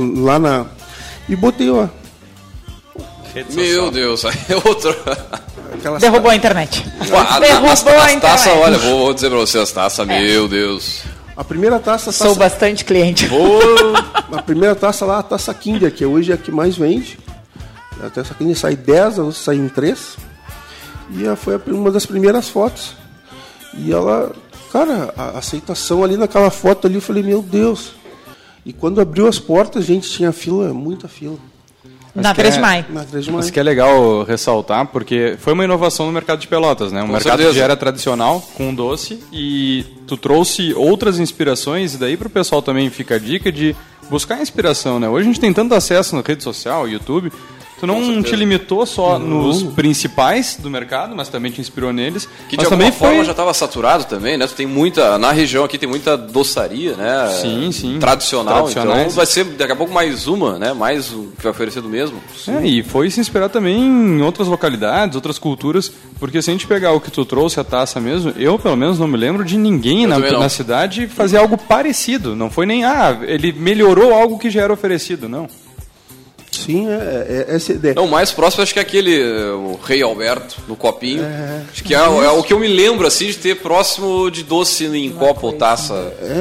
[SPEAKER 5] lá e botei lá.
[SPEAKER 1] Meu Deus, aí é outro.
[SPEAKER 3] Derrubou a internet.
[SPEAKER 1] Derrubou a internet. Taça, olha, vou dizer pra você, as taças, meu Deus.
[SPEAKER 5] A primeira taça...
[SPEAKER 3] Sou bastante cliente.
[SPEAKER 5] A primeira taça lá, a taça Kinder, que hoje é a que mais vende. A taça Kinder sai 10, a outra sai em 3. E foi uma das primeiras fotos. E ela... Cara, a aceitação ali naquela foto ali, eu falei, meu Deus. E quando abriu as portas, gente, tinha fila, muita fila.
[SPEAKER 3] Na 3 de maio.
[SPEAKER 4] Mas que é legal ressaltar, porque foi uma inovação no mercado de Pelotas, né? Um mercado que já era tradicional, com doce, e tu trouxe outras inspirações, e daí pro pessoal também fica a dica de buscar inspiração, né? Hoje a gente tem tanto acesso na rede social, YouTube... Tu não te limitou só nos principais do mercado, mas também te inspirou neles.
[SPEAKER 1] Que de alguma forma já estava saturado também, né? Tu tem muita, na região aqui tem muita doçaria, né?
[SPEAKER 4] Sim.
[SPEAKER 1] Tradicional, então vai ser daqui a pouco mais uma, né? Mais um que vai oferecer do mesmo.
[SPEAKER 4] E foi se inspirar também em outras localidades, outras culturas, porque se a gente pegar o que tu trouxe, a taça mesmo, eu pelo menos não me lembro de ninguém na cidade fazer algo parecido. Não foi nem, ele melhorou algo que já era oferecido, não.
[SPEAKER 5] Sim, essa ideia.
[SPEAKER 1] Não, o mais próximo acho que é aquele, o Rei Alberto, no copinho. Acho que é o que eu me lembro, assim, de ter próximo de doce em copo ou taça.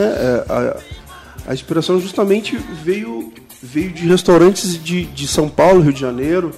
[SPEAKER 5] A inspiração justamente veio de restaurantes de São Paulo, Rio de Janeiro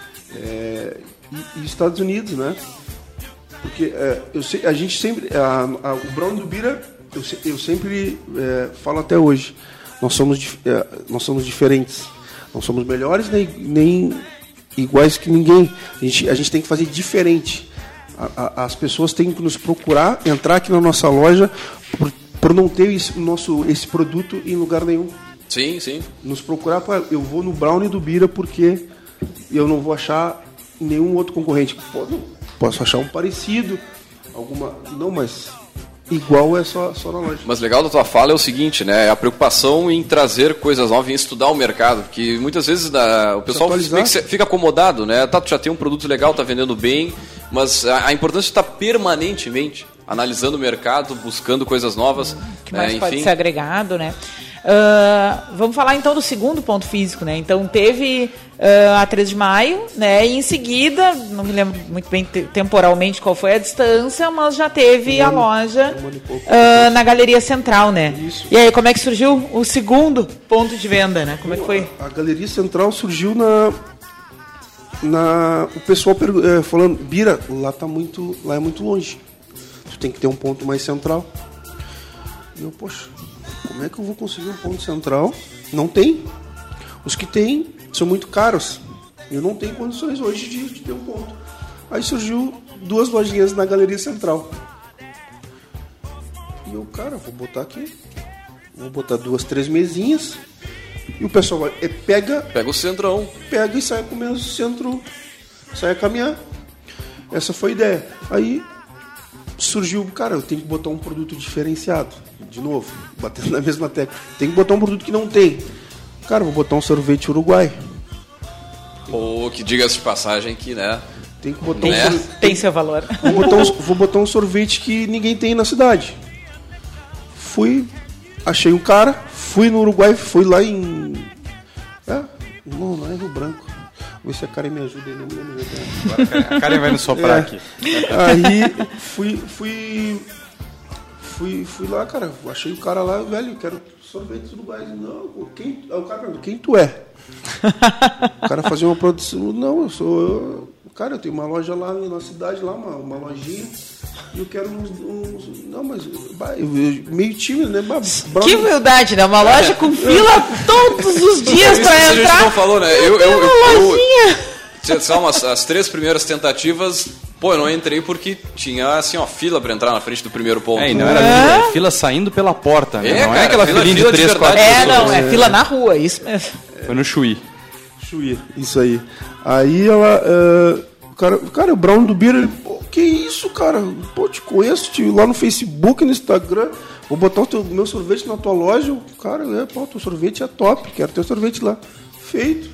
[SPEAKER 5] e Estados Unidos, né? Porque a gente sempre... o Brownie do Bira, eu sempre falo até hoje, nós somos diferentes. Não somos melhores nem iguais que ninguém. A gente tem que fazer diferente. As pessoas têm que nos procurar, entrar aqui na nossa loja por não ter esse produto em lugar nenhum.
[SPEAKER 1] Sim.
[SPEAKER 5] Nos procurar, eu vou no Brownie do Bira porque eu não vou achar nenhum outro concorrente. Posso achar um parecido, não, mas... igual é só na loja.
[SPEAKER 1] Mas legal da tua fala é o seguinte, né? A preocupação em trazer coisas novas, em estudar o mercado, porque muitas vezes o pessoal fica acomodado, né? Tu já tem um produto legal, tá vendendo bem, mas a importância está permanentemente analisando o mercado, buscando coisas novas.
[SPEAKER 3] Que mais pode ser agregado, né? Vamos falar então do segundo ponto físico, né? Então teve a 3 de maio, né? E em seguida, não me lembro muito bem temporalmente qual foi a distância, mas já teve a loja na Galeria Central, né? Isso. E aí, como é que surgiu o segundo ponto de venda, né? Como é que foi?
[SPEAKER 5] A Galeria Central surgiu o pessoal falando, Bira, lá é muito longe. Tu tem que ter um ponto mais central. E eu, poxa, como é que eu vou conseguir um ponto central? Não tem. Os que tem são muito caros. Eu não tenho condições hoje de ter um ponto. Aí surgiu 2 lojinhas na Galeria Central. E eu, vou botar aqui. Vou botar 2, 3 mesinhas. E o pessoal pega
[SPEAKER 1] o centrão.
[SPEAKER 5] Pega e sai comendo o centro. Sai a caminhar. Essa foi a ideia. Aí surgiu, eu tenho que botar um produto diferenciado. De novo, batendo na mesma tecla. Tem que botar um produto que não tem. Vou botar um sorvete uruguai.
[SPEAKER 1] Que diga-se de passagem que, né?
[SPEAKER 5] Tem que botar
[SPEAKER 3] tem seu valor.
[SPEAKER 5] Vou botar um sorvete que ninguém tem na cidade. Achei um cara, fui no Uruguai, fui lá em... não é Rio Branco. Vou ver se a Karen me ajuda aí.
[SPEAKER 4] A Karen vai nos soprar aqui.
[SPEAKER 5] Aí fui lá, achei o cara lá, velho, eu quero sorvete uruguai. Não, o cara perguntou, quem tu é? O cara fazia uma produção, não, eu sou... eu tenho uma loja lá na cidade, lá, uma lojinha, e eu quero uns não, mas meio tímido, né?
[SPEAKER 3] Que humildade, né? Uma loja com fila todos os dias pra entrar.
[SPEAKER 1] A gente não falou, né? São as 3 primeiras tentativas... eu não entrei porque tinha, assim, fila pra entrar na frente do primeiro ponto.
[SPEAKER 4] E não era fila saindo pela porta, né? Não é aquela filinha de 3, 4
[SPEAKER 3] pessoas. Não, é fila na rua, isso mesmo.
[SPEAKER 4] Foi no Chuí.
[SPEAKER 5] Isso aí. Aí ela... o Brown do Bira, que isso, cara? Te conheço, lá no Facebook, no Instagram. Vou botar o meu sorvete na tua loja. Teu sorvete é top, quero teu sorvete lá. Feito.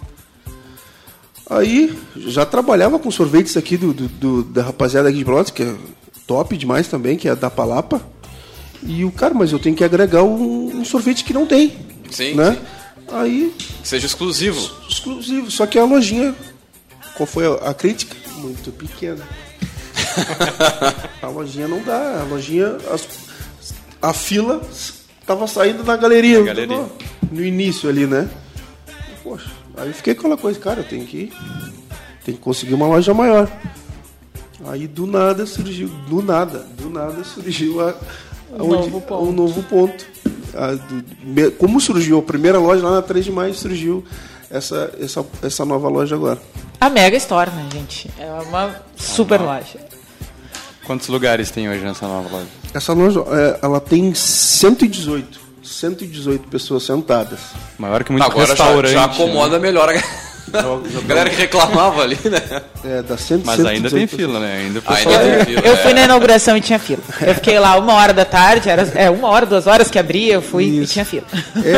[SPEAKER 5] Aí, já trabalhava com sorvetes aqui da rapaziada aqui de Pelotas, que é top demais também, que é da Palapa. E mas eu tenho que agregar um sorvete que não tem.
[SPEAKER 1] Sim,
[SPEAKER 5] né?
[SPEAKER 1] Sim.
[SPEAKER 5] Aí...
[SPEAKER 1] que seja exclusivo.
[SPEAKER 5] Só que a lojinha qual foi a crítica? Muito pequena. A lojinha não dá. A lojinha... A fila tava saindo na galeria. No início ali, né? Poxa, aí eu fiquei com aquela coisa, cara, eu tenho que conseguir uma loja maior. Aí do nada surgiu um novo ponto. Como surgiu a primeira loja lá na 3 de maio, surgiu essa nova loja agora.
[SPEAKER 3] A Mega Store, né, gente? É uma super loja.
[SPEAKER 4] Quantos lugares tem hoje nessa nova loja?
[SPEAKER 5] Essa loja, ela tem 118 pessoas sentadas.
[SPEAKER 4] Maior que muito
[SPEAKER 1] agora
[SPEAKER 4] restaurante.
[SPEAKER 1] Já acomoda melhor a galera que reclamava ali, né?
[SPEAKER 5] Dá 100,
[SPEAKER 4] mas ainda tem fila, né? Ainda tem
[SPEAKER 3] fila. Eu fui na inauguração e tinha fila. Eu fiquei lá 1h da tarde, era 1h, 2 horas que abria, eu fui e tinha fila.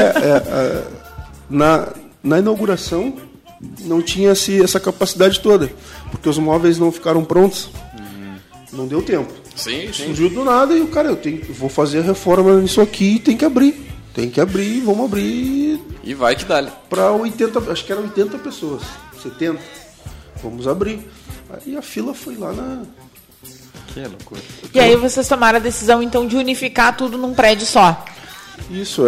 [SPEAKER 5] Na inauguração não tinha essa capacidade toda, porque os móveis não ficaram prontos. Não deu tempo.
[SPEAKER 1] Sim.
[SPEAKER 5] Surgiu do nada e eu vou fazer a reforma nisso aqui e tem que abrir. Vamos abrir.
[SPEAKER 1] E vai que dá.
[SPEAKER 5] Para 80, acho que eram 80 pessoas, 70. Vamos abrir. Aí a fila foi lá na...
[SPEAKER 4] Que loucura.
[SPEAKER 3] E aí vocês tomaram a decisão, então, de unificar tudo num prédio só.
[SPEAKER 5] Isso,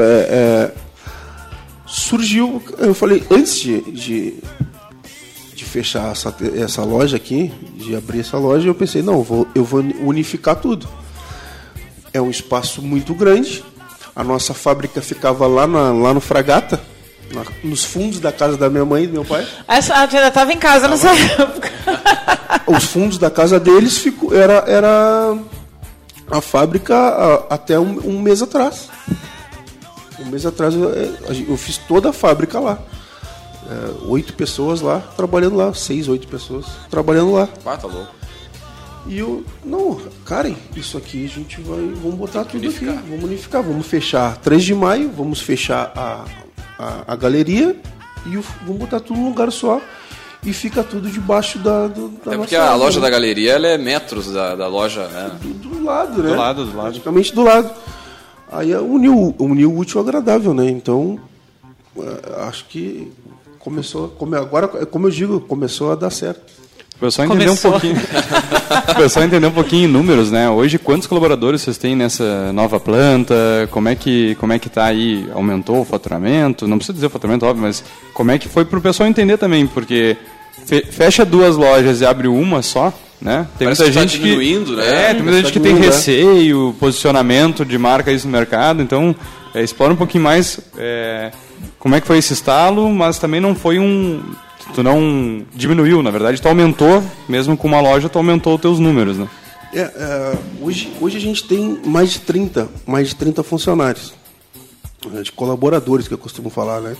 [SPEAKER 5] surgiu... Eu falei, antes de fechar essa loja aqui, de abrir essa loja, eu pensei, não, eu vou unificar tudo. É um espaço muito grande. A nossa fábrica ficava lá no Fragata, nos fundos da casa da minha mãe e do meu pai.
[SPEAKER 3] Essa ainda estava em casa nessa época.
[SPEAKER 5] Os fundos da casa deles era a fábrica até um mês atrás. Um mês atrás eu fiz toda a fábrica lá. 8 pessoas lá, trabalhando lá. 6, 8 pessoas trabalhando lá.
[SPEAKER 1] Ah, tá louco.
[SPEAKER 5] E eu, não, Karen, isso aqui vamos botar tudo aqui, vamos unificar, vamos fechar 3 de maio, vamos fechar a galeria e vamos botar tudo num lugar só e fica tudo debaixo da
[SPEAKER 1] nossa porque a loja da galeria ela é metros da loja, né?
[SPEAKER 5] Do lado, né?
[SPEAKER 4] Do lado.
[SPEAKER 5] Praticamente do lado. Aí uniu o útil ao agradável, né? Então, acho que agora, como eu digo, começou a dar certo.
[SPEAKER 4] O pessoal entender um pouquinho em números, né? Hoje, quantos colaboradores vocês têm nessa nova planta? Como é que tá aí? Aumentou o faturamento? Não precisa dizer o faturamento, óbvio, mas como é que foi para o pessoal entender também? Porque fecha 2 lojas e abre uma só, né? Tem muita gente
[SPEAKER 1] tá diminuindo, né?
[SPEAKER 4] Tem muita gente que tem receio, posicionamento de marca isso no mercado. Então, explora um pouquinho mais como é que foi esse estalo, mas também não foi tu não diminuiu, na verdade, tu aumentou, mesmo com uma loja, tu aumentou os teus números, né?
[SPEAKER 5] Hoje a gente tem mais de 30 funcionários, de colaboradores, que eu costumo falar, né?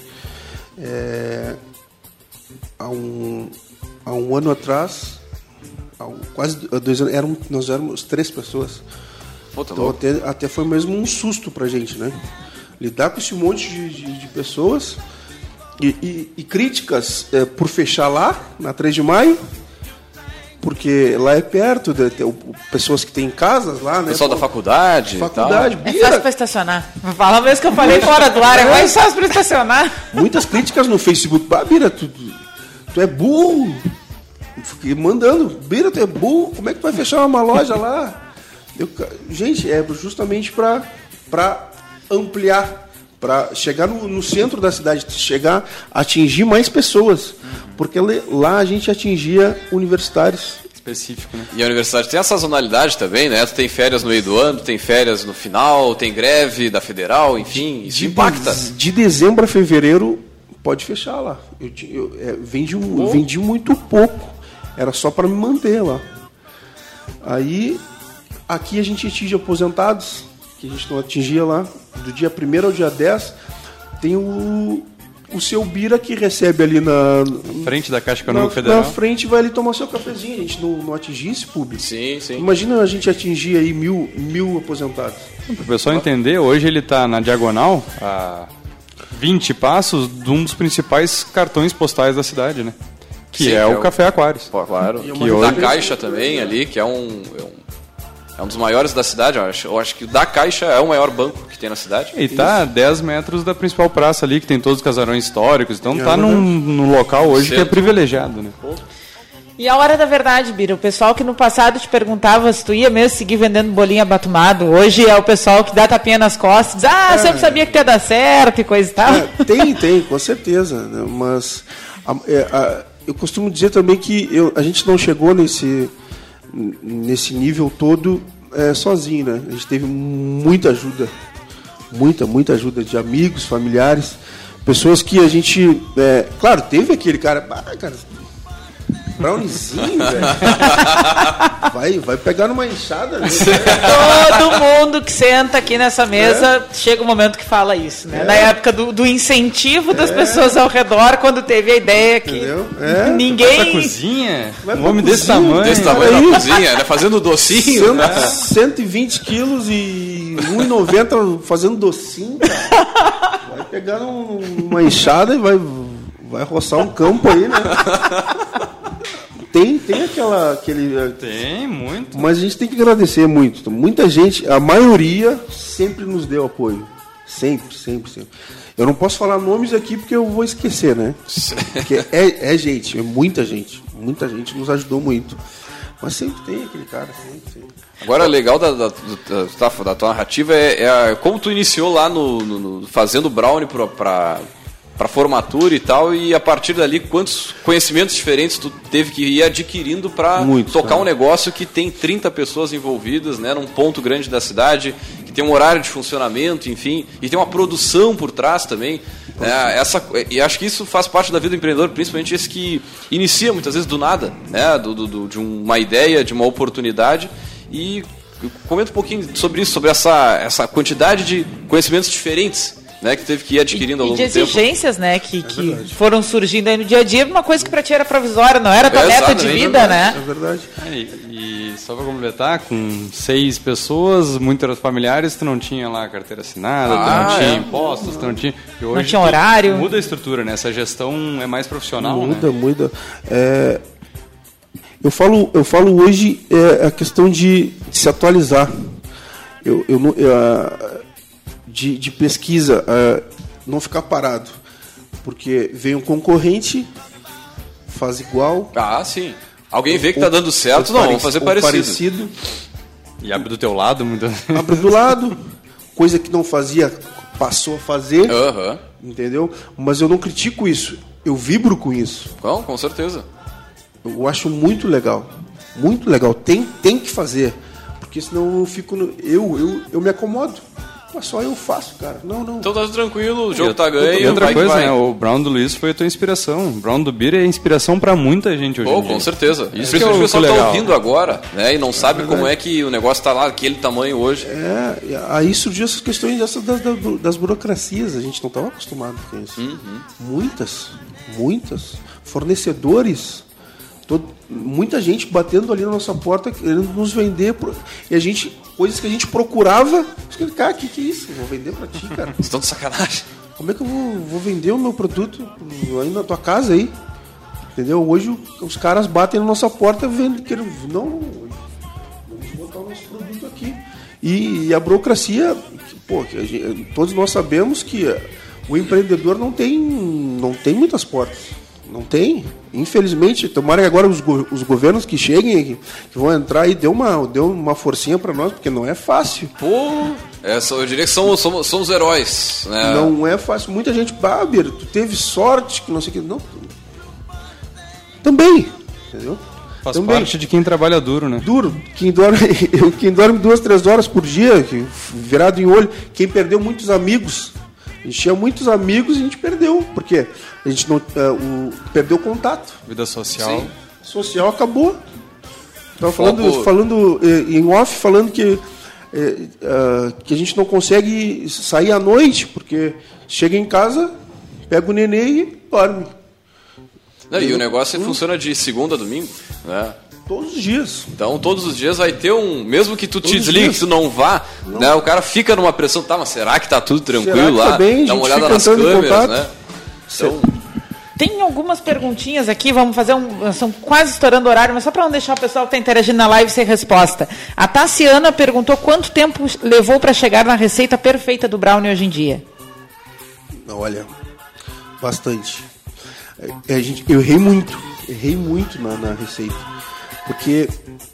[SPEAKER 5] Há um ano atrás, quase 2 anos, nós éramos 3 pessoas. Então até foi mesmo um susto pra gente, né? Lidar com esse monte de pessoas... E críticas por fechar lá, na 3 de maio, porque lá é perto, pessoas que têm casas lá, né?
[SPEAKER 1] Pessoal da faculdade.
[SPEAKER 3] É fácil para estacionar. Fala mesmo que eu falei fora do ar, é mais fácil para estacionar.
[SPEAKER 5] Muitas críticas no Facebook. Bira, tu é burro. Fiquei mandando, Bira, tu é burro, como é que tu vai fechar uma loja lá? Gente, é justamente para ampliar, para chegar no centro da cidade, atingir mais pessoas, porque lá a gente atingia universitários.
[SPEAKER 4] Específico, né?
[SPEAKER 1] E a universidade tem a sazonalidade também, né? Tu tem férias no meio do ano, tem férias no final, tem greve da federal, enfim, isso impacta.
[SPEAKER 5] De dezembro a fevereiro pode fechar lá. Vendi muito pouco, era só para me manter lá. Aí, aqui a gente atinge aposentados, que a gente não atingia lá. Do dia 1º ao dia 10, tem o seu Bira que recebe ali na
[SPEAKER 4] frente da Caixa Econômica Federal.
[SPEAKER 5] Na frente vai ali tomar seu cafezinho. A gente não atingir esse público.
[SPEAKER 1] Sim.
[SPEAKER 5] Imagina a gente atingir aí mil aposentados.
[SPEAKER 4] Para o pessoal entender, hoje ele está na diagonal, a 20 passos, de um dos principais cartões postais da cidade, né? Que é o Café Aquários.
[SPEAKER 1] Claro. Que hoje... Da Caixa também ali, que é um dos maiores da cidade, eu acho que o da Caixa é o maior banco que tem na cidade.
[SPEAKER 4] E está a 10 metros da principal praça ali, que tem todos os casarões históricos, então está num local hoje que é privilegiado, né?
[SPEAKER 3] E a hora da verdade, Bira, o pessoal que no passado te perguntava se tu ia mesmo seguir vendendo bolinho abatumado, hoje é o pessoal que dá tapinha nas costas, diz, sempre sabia que ia dar certo e coisa e tal.
[SPEAKER 5] Tem, com certeza, né? Mas eu costumo dizer também que a gente não chegou nesse nível todo sozinho, né? A gente teve muita ajuda, muita ajuda de amigos, familiares, pessoas que a gente, claro, teve aquele cara, browniezinho, velho. Vai pegar numa enxada, né?
[SPEAKER 3] Todo mundo que senta aqui nessa mesa chega um momento que fala isso, né? Na época do incentivo das pessoas ao redor, quando teve a ideia que ninguém...
[SPEAKER 4] Vai pra cozinha? Um homem desse tamanho.
[SPEAKER 1] Desse tamanho na cozinha, né? Fazendo docinho.
[SPEAKER 5] 120 quilos e 1,90 fazendo docinho, cara. Vai pegar numa enxada e vai roçar um campo aí, né? Tem aquele...
[SPEAKER 4] Tem, muito.
[SPEAKER 5] Mas a gente tem que agradecer muito. Muita gente, a maioria, sempre nos deu apoio. Sempre. Eu não posso falar nomes aqui porque eu vou esquecer, né? Porque gente, muita gente nos ajudou muito. Mas sempre tem aquele cara, sempre.
[SPEAKER 1] Agora, legal da tua narrativa é como tu iniciou lá no fazendo brownie para formatura e tal, e a partir dali quantos conhecimentos diferentes tu teve que ir adquirindo para tocar um negócio que tem 30 pessoas envolvidas, né, num ponto grande da cidade, que tem um horário de funcionamento, enfim, e tem uma produção por trás também, né, e acho que isso faz parte da vida do empreendedor, principalmente esse que inicia muitas vezes do nada, né, de uma ideia, de uma oportunidade. E comenta um pouquinho sobre isso, sobre essa quantidade de conhecimentos diferentes, né, que teve que ir adquirindo ao longo do tempo.
[SPEAKER 3] E de exigências, né, que foram surgindo aí no dia a dia, uma coisa que pra ti era provisória, não era tua meta de vida, né?
[SPEAKER 5] É verdade.
[SPEAKER 4] E só pra completar, com 6 pessoas, muitas familiares, tu não tinha lá carteira assinada, tu não tinha impostos, tu não tinha... E hoje
[SPEAKER 3] não tinha horário.
[SPEAKER 4] Muda a estrutura, né? Essa gestão é mais profissional,
[SPEAKER 5] Muda. Eu falo hoje a questão de se atualizar. De pesquisa, não ficar parado. Porque vem um concorrente, faz igual.
[SPEAKER 1] Ah, sim. Alguém vê que está dando certo, vamos fazer parecido.
[SPEAKER 4] E abre do teu lado.
[SPEAKER 5] Abre do lado, coisa que não fazia, passou a fazer. Entendeu? Mas eu não critico isso, eu vibro com isso.
[SPEAKER 1] Com certeza.
[SPEAKER 5] Eu acho muito legal. Muito legal. Tem que fazer. Porque senão eu fico... Eu me acomodo. Mas só eu faço, cara. Não.
[SPEAKER 1] Então tá tranquilo, o jogo tá ganho.
[SPEAKER 4] E outra coisa, né? O Brown do Luiz foi a tua inspiração. O Brown do Bira é inspiração pra muita gente hoje em dia.
[SPEAKER 1] Com certeza. Isso que o pessoal tá ouvindo agora, né? E não sabe como é que o negócio tá lá, aquele tamanho hoje.
[SPEAKER 5] Aí surgiu essas questões das burocracias. A gente não estava acostumado com isso. Muitas. Fornecedores... Muita gente batendo ali na nossa porta, querendo nos vender. E a gente, coisas que a gente procurava. Cara, que é isso? Eu vou vender pra ti, cara.
[SPEAKER 1] Estão de sacanagem.
[SPEAKER 5] Como é que eu vou vender o meu produto aí na tua casa aí? Entendeu? Hoje os caras batem na nossa porta vendo, não, vamos botar o nosso produto aqui. E a burocracia, todos nós sabemos que o empreendedor não tem muitas portas. Não tem. Infelizmente, tomara que agora os governos que cheguem, que vão entrar aí, deu uma forcinha para nós, porque não é fácil.
[SPEAKER 1] Eu diria que somos os heróis, né?
[SPEAKER 5] Não é fácil. Muita gente, Bira, tu teve sorte, que não sei o que. Não. Também, entendeu?
[SPEAKER 4] Faz parte de quem trabalha duro, né?
[SPEAKER 5] Duro. Quem dorme 2-3 horas por dia, virado em olho. Quem perdeu muitos amigos. A gente tinha muitos amigos e a gente perdeu, porque a gente não perdeu o contato.
[SPEAKER 4] Vida social.
[SPEAKER 5] Sim. Social acabou. Estava falando em off, falando que a gente não consegue sair à noite, porque chega em casa, pega o nenê e dorme.
[SPEAKER 1] E o negócio funciona de segunda a domingo, né?
[SPEAKER 5] Todos os dias.
[SPEAKER 1] Então, todos os dias vai ter mesmo que tu te desligue, que tu não vá, né? O cara fica numa pressão, mas será que tá tudo tranquilo lá?
[SPEAKER 5] Tá bem?
[SPEAKER 1] Dá uma olhada nas câmeras, né?
[SPEAKER 3] Então... Tem algumas perguntinhas aqui, vamos fazer são quase estourando o horário, mas só para não deixar o pessoal que está interagindo na live sem resposta. A Tassiana perguntou quanto tempo levou para chegar na receita perfeita do brownie hoje em dia.
[SPEAKER 5] Olha, bastante. Eu errei muito. errei muito na receita. Porque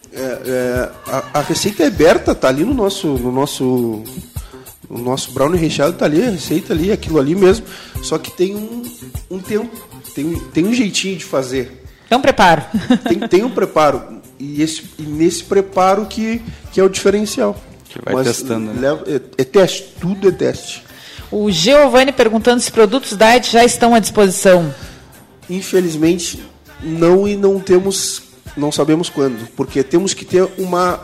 [SPEAKER 5] a receita é aberta, tá ali no nosso brownie recheado, tá ali, a receita ali, aquilo ali mesmo. Só que tem um tempo, tem um jeitinho de fazer.
[SPEAKER 3] Tem um preparo.
[SPEAKER 5] Tem um preparo. E nesse preparo que é o diferencial.
[SPEAKER 4] Que vai testando. Né?
[SPEAKER 5] É teste, tudo é teste.
[SPEAKER 3] O Giovanni perguntando se produtos diet já estão à disposição.
[SPEAKER 5] Infelizmente, não, e não sabemos quando. Porque temos que ter uma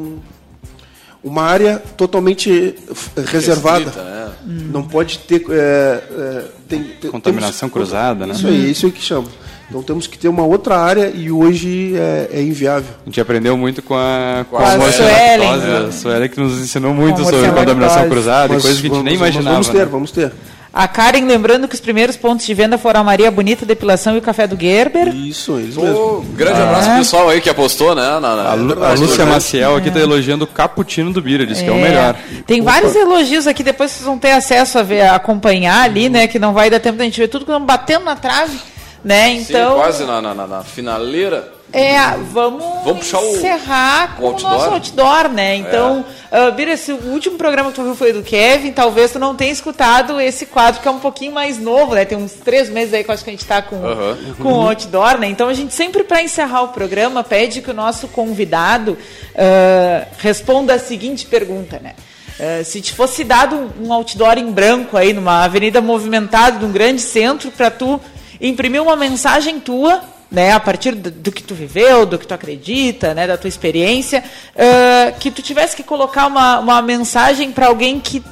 [SPEAKER 5] área totalmente reservada.
[SPEAKER 1] Restrita, né?
[SPEAKER 5] Não pode ter...
[SPEAKER 4] Contaminação cruzada, né?
[SPEAKER 5] Isso aí que chama. Então temos que ter uma outra área e hoje é inviável.
[SPEAKER 4] A gente aprendeu muito com a
[SPEAKER 3] Suelen.
[SPEAKER 4] A Suelen que nos ensinou muito sobre contaminação cruzada e coisas que a gente nem imaginava.
[SPEAKER 5] Vamos ter.
[SPEAKER 3] A Karen lembrando que os primeiros pontos de venda foram a Maria Bonita Depilação e o Café do Gerber.
[SPEAKER 5] Isso mesmo.
[SPEAKER 1] Grande abraço pro pessoal aí que apostou, né?
[SPEAKER 4] A Lúcia Maciel aqui está elogiando o cappuccino do Bira, disse que é o melhor.
[SPEAKER 3] Tem vários elogios aqui, depois vocês vão ter acesso a acompanhar ali, né? Que não vai dar tempo da gente ver tudo, que estamos batendo na trave. Né? Então,
[SPEAKER 1] sim, quase na finaleira.
[SPEAKER 3] Vamos encerrar com o nosso outdoor, né? Então, Bira, se o último programa que tu viu foi do Kevin, talvez tu não tenha escutado esse quadro que é um pouquinho mais novo, né? Tem uns 3 meses aí que eu acho que a gente está com o outdoor, né? Então a gente sempre, para encerrar o programa, pede que o nosso convidado responda a seguinte pergunta, né? Se te fosse dado um outdoor em branco aí numa avenida movimentada de um grande centro para tu imprimir uma mensagem tua, né, a partir do que tu viveu, do que tu acredita, né, da tua experiência, que tu tivesse que colocar uma mensagem para alguém que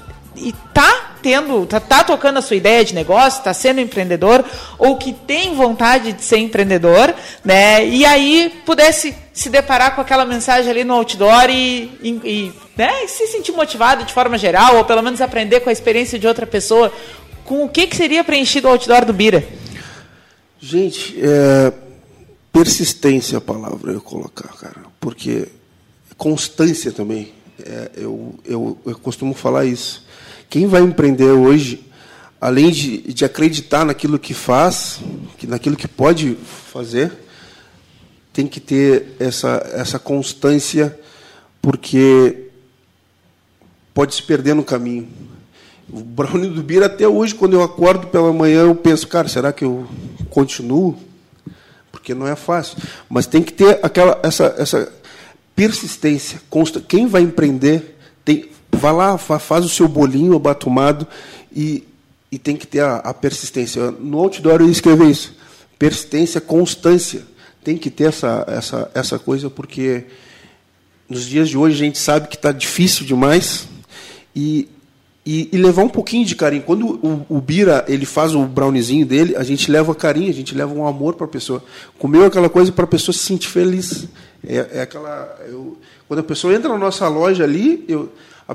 [SPEAKER 3] tá tocando a sua ideia de negócio, está sendo empreendedor, ou que tem vontade de ser empreendedor, né, e aí pudesse se deparar com aquela mensagem ali no outdoor e se sentir motivado de forma geral, ou pelo menos aprender com a experiência de outra pessoa, com o que seria preenchido o outdoor do Bira?
[SPEAKER 5] Gente, persistência é a palavra eu colocar, cara, porque constância também, eu costumo falar isso. Quem vai empreender hoje, além de acreditar naquilo que faz, naquilo que pode fazer, tem que ter essa constância, porque pode se perder no caminho. O brownie do Bira, até hoje, quando eu acordo pela manhã, eu penso, cara, será que eu continuo? Porque não é fácil. Mas tem que ter essa persistência. Quem vai empreender, vai lá, faz o seu bolinho abatumado e tem que ter a persistência. No outdoor eu escrevi isso. Persistência, constância. Tem que ter essa coisa, porque nos dias de hoje a gente sabe que está difícil demais e levar um pouquinho de carinho. Quando o Bira ele faz o browniezinho dele, a gente leva carinho, a gente leva um amor para a pessoa. Comeu aquela coisa para a pessoa se sentir feliz. Quando a pessoa entra na nossa loja ali, eu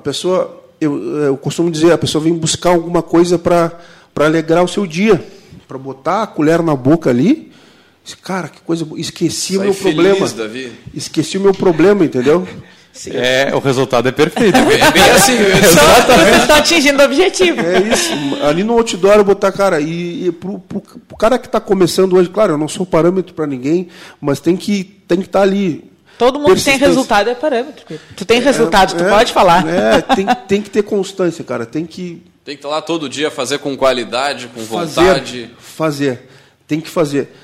[SPEAKER 5] costumo dizer, a pessoa vem buscar alguma coisa para alegrar o seu dia, para botar a colher na boca ali. Cara, que coisa boa. Esqueci o meu problema.
[SPEAKER 1] Davi.
[SPEAKER 5] Esqueci o meu problema, entendeu?
[SPEAKER 4] O resultado é perfeito.
[SPEAKER 1] É bem assim.
[SPEAKER 3] Você está atingindo o objetivo.
[SPEAKER 5] É isso. Ali no outdoor eu botar, cara, e pro cara que está começando hoje, claro, eu não sou parâmetro para ninguém, mas tem que estar ali.
[SPEAKER 3] Todo mundo que tem resultado é parâmetro. Tu tem resultado, tu pode falar.
[SPEAKER 5] Tem que ter constância, cara. Tem que
[SPEAKER 1] estar lá todo dia, fazer com qualidade, com vontade.
[SPEAKER 5] Fazer. Tem que fazer.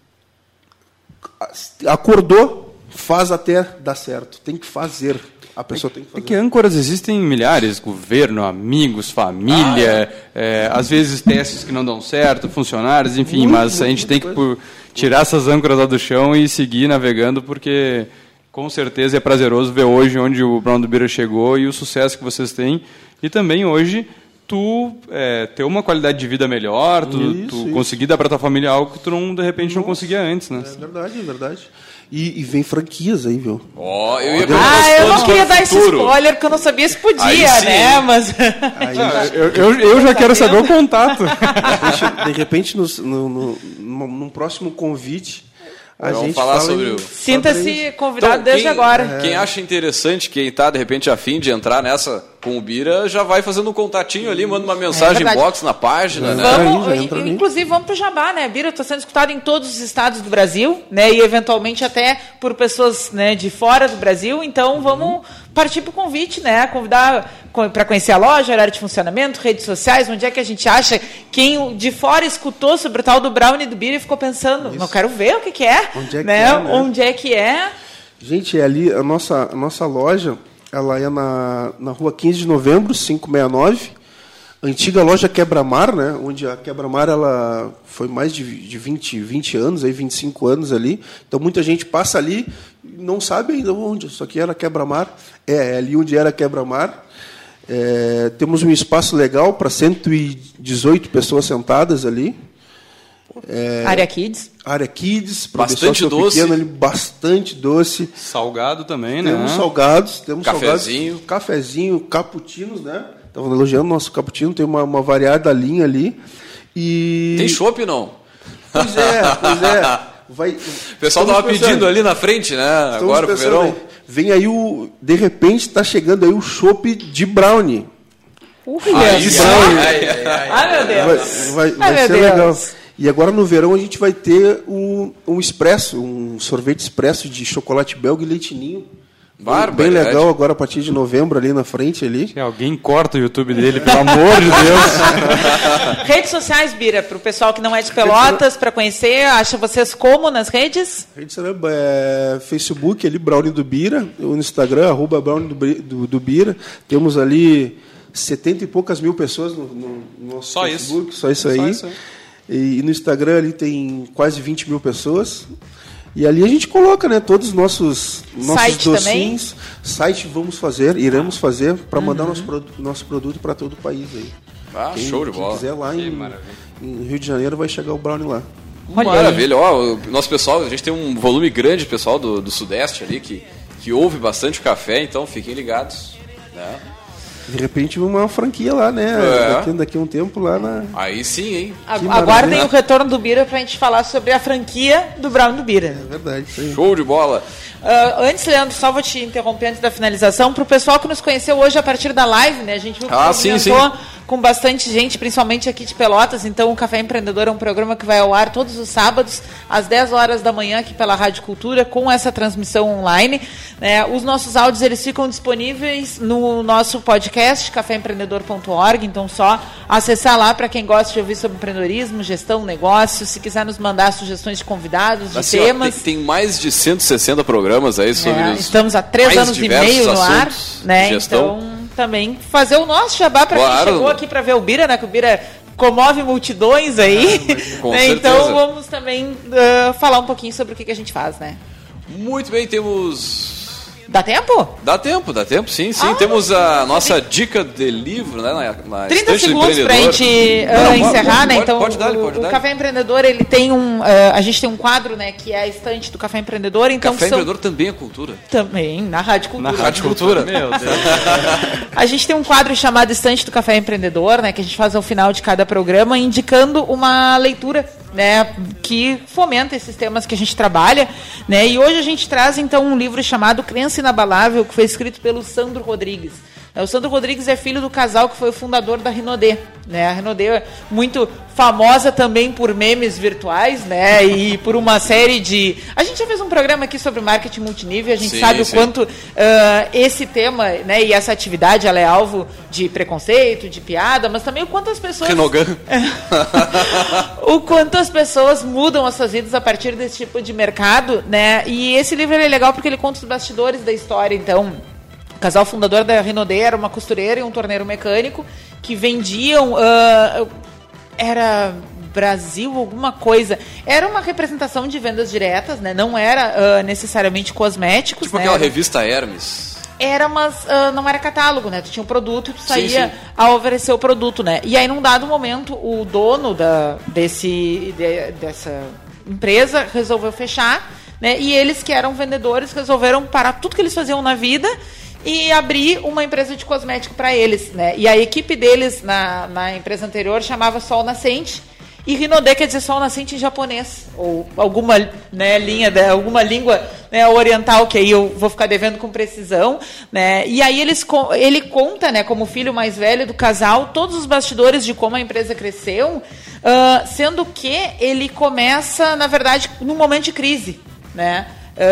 [SPEAKER 5] Acordou, faz até dar certo. Tem que fazer. A pessoa tem que fazer.
[SPEAKER 4] É que âncoras existem milhares, governo, amigos, família, às vezes testes que não dão certo, funcionários, enfim, mas a gente tem que tirar essas âncoras lá do chão e seguir navegando, porque com certeza é prazeroso ver hoje onde o Brown do Bira chegou e o sucesso que vocês têm, e também hoje tu ter uma qualidade de vida melhor, tu conseguir dar para tua família algo que tu de repente não conseguia antes, né?
[SPEAKER 5] É verdade. E vem franquias aí, viu?
[SPEAKER 3] Eu não queria dar esse spoiler, porque eu não sabia se podia, né? Mas
[SPEAKER 4] eu já quero saber o contato.
[SPEAKER 5] De repente, num próximo convite, a gente
[SPEAKER 1] falar sobre o...
[SPEAKER 3] Sinta-se convidado desde agora.
[SPEAKER 1] Quem acha interessante, quem está, de repente, a fim de entrar nessa com o Bira, já vai fazendo um contatinho ali, manda uma mensagem inbox na página, né?
[SPEAKER 3] Inclusive, vamos pro Jabá, né? Bira está sendo escutado em todos os estados do Brasil, né? E eventualmente até por pessoas, né, de fora do Brasil. Então, vamos partir pro convite, né? Convidar para conhecer a loja, horário de funcionamento, redes sociais, onde é que a gente acha. Quem de fora escutou sobre o tal do Brownie do Bira e ficou pensando, eu quero ver o que é,
[SPEAKER 5] onde é que
[SPEAKER 3] né?
[SPEAKER 5] é, né?
[SPEAKER 3] Onde é que é?
[SPEAKER 5] Gente, ali a nossa loja, ela é na rua 15 de novembro, 569, antiga loja Quebra-Mar, né? Onde a Quebra-Mar ela foi mais de 20 anos, aí 25 anos ali. Então muita gente passa ali e não sabe ainda onde, só que era Quebra-Mar. É ali onde era Quebra-Mar. Temos um espaço legal para 118 pessoas sentadas ali.
[SPEAKER 3] Área Kids.
[SPEAKER 5] Área Kids,
[SPEAKER 1] bastante doce.
[SPEAKER 5] Pequeno, ali, bastante doce.
[SPEAKER 4] Salgado também, né?
[SPEAKER 5] Temos salgados,
[SPEAKER 1] cafezinho.
[SPEAKER 5] Cafezinho, cappuccinos, né? Estavam elogiando o nosso cappuccino, tem uma variada linha ali. E...
[SPEAKER 1] Tem chopp, não?
[SPEAKER 5] Pois é.
[SPEAKER 1] O pessoal estava pedindo ali na frente, né? Agora pro verão.
[SPEAKER 5] Vem aí de repente está chegando aí o chopp de brownie.
[SPEAKER 3] Ai, meu Deus.
[SPEAKER 5] Vai ser legal. E agora no verão a gente vai ter um expresso, um sorvete expresso de chocolate belga e leite ninho. Bem legal agora a partir de novembro ali na frente ali.
[SPEAKER 4] Alguém corta o YouTube dele, pelo amor de Deus.
[SPEAKER 3] Redes sociais, Bira, para o pessoal que não é de Pelotas, para conhecer, acha vocês como nas redes?
[SPEAKER 5] Redes Facebook ali, Brownie do Bira, no Instagram, @Brownie do Bira. Temos ali 70 e poucas mil pessoas no nosso Facebook, só isso aí. E no Instagram ali tem quase 20 mil pessoas. E ali a gente coloca, né, todos os nossos docinhos. Também? Site iremos fazer para mandar nosso produto para todo o país aí.
[SPEAKER 1] Show de bola.
[SPEAKER 5] Quem quiser lá em Rio de Janeiro vai chegar o brownie lá.
[SPEAKER 1] Maravilha. O nosso pessoal, a gente tem um volume grande de pessoal do Sudeste ali que ouve bastante o café, então fiquem ligados, né?
[SPEAKER 5] De repente uma franquia lá, né? Daqui a um tempo lá na...
[SPEAKER 1] Aí sim, hein?
[SPEAKER 3] Aguardem o retorno do Bira pra gente falar sobre a franquia do Brownie do Bira.
[SPEAKER 5] É verdade, sim.
[SPEAKER 1] Show de bola.
[SPEAKER 3] Antes, Leandro, só vou te interromper antes da finalização. Pro pessoal que nos conheceu hoje a partir da live, né? A gente viu que
[SPEAKER 1] sim.
[SPEAKER 3] Com bastante gente, principalmente aqui de Pelotas. Então, o Café Empreendedor é um programa que vai ao ar todos os sábados, às 10 horas da manhã, aqui pela Rádio Cultura, com essa transmissão online. Os nossos áudios eles ficam disponíveis no nosso podcast, caféempreendedor.org. Então, só acessar lá para quem gosta de ouvir sobre empreendedorismo, gestão, negócio. Se quiser nos mandar sugestões de convidados, de temas.
[SPEAKER 1] Tem mais de 160 programas aí sobre isso.
[SPEAKER 3] Estamos há 3 anos e meio no ar, né? Então, também fazer o nosso jabá para quem chegou aqui para ver o Bira, né? Que o Bira comove multidões aí. Então vamos também falar um pouquinho sobre o que a gente faz, né?
[SPEAKER 1] Muito bem, temos...
[SPEAKER 3] Dá tempo?
[SPEAKER 1] Dá tempo, sim. Temos a nossa dica de livro, né? Na
[SPEAKER 3] 30 segundos para a gente encerrar, né? Então, pode dar. O Café Empreendedor, ele tem a gente tem um quadro, né? Que é a estante do Café Empreendedor. Então,
[SPEAKER 1] Café Empreendedor também é cultura?
[SPEAKER 3] Também, na Rádio Cultura.
[SPEAKER 1] Na Rádio Cultura?
[SPEAKER 4] Meu Deus.
[SPEAKER 3] A gente tem um quadro chamado Estante do Café Empreendedor, né? Que a gente faz ao final de cada programa, indicando uma leitura, né, que fomenta esses temas que a gente trabalha, né? E hoje a gente traz então um livro chamado Crença Inabalável, que foi escrito pelo Sandro Rodrigues. O Sandro Rodrigues é filho do casal que foi o fundador da Rinodê, né? A Rinodê é muito famosa também por memes virtuais, né? E por uma série de... A gente já fez um programa aqui sobre marketing multinível, a gente sabe o quanto esse tema, né, e essa atividade ela é alvo de preconceito, de piada, mas também o quanto as pessoas... o quanto as pessoas mudam as suas vidas a partir desse tipo de mercado, né? E esse livro é legal porque ele conta os bastidores da história, então... O casal fundador da Rinodê era uma costureira e um torneiro mecânico que vendiam... era Brasil alguma coisa. Era uma representação de vendas diretas, né? Não era necessariamente cosméticos.
[SPEAKER 1] Tipo,
[SPEAKER 3] né?
[SPEAKER 1] Aquela revista Hermes.
[SPEAKER 3] Era, mas não era catálogo, né? Tu tinha um produto e tu saía a oferecer o produto, né? E aí, num dado momento, o dono dessa empresa resolveu fechar, né? E eles, que eram vendedores, resolveram parar tudo que eles faziam na vida e abrir uma empresa de cosmético para eles, né? E a equipe deles na empresa anterior chamava Sol Nascente. E Rinode quer dizer sol nascente em japonês, ou alguma, né, alguma língua, né, oriental, que aí eu vou ficar devendo com precisão, né? E aí ele conta, né, como filho mais velho do casal, todos os bastidores de como a empresa cresceu, sendo que ele começa, na verdade, num momento de crise, né?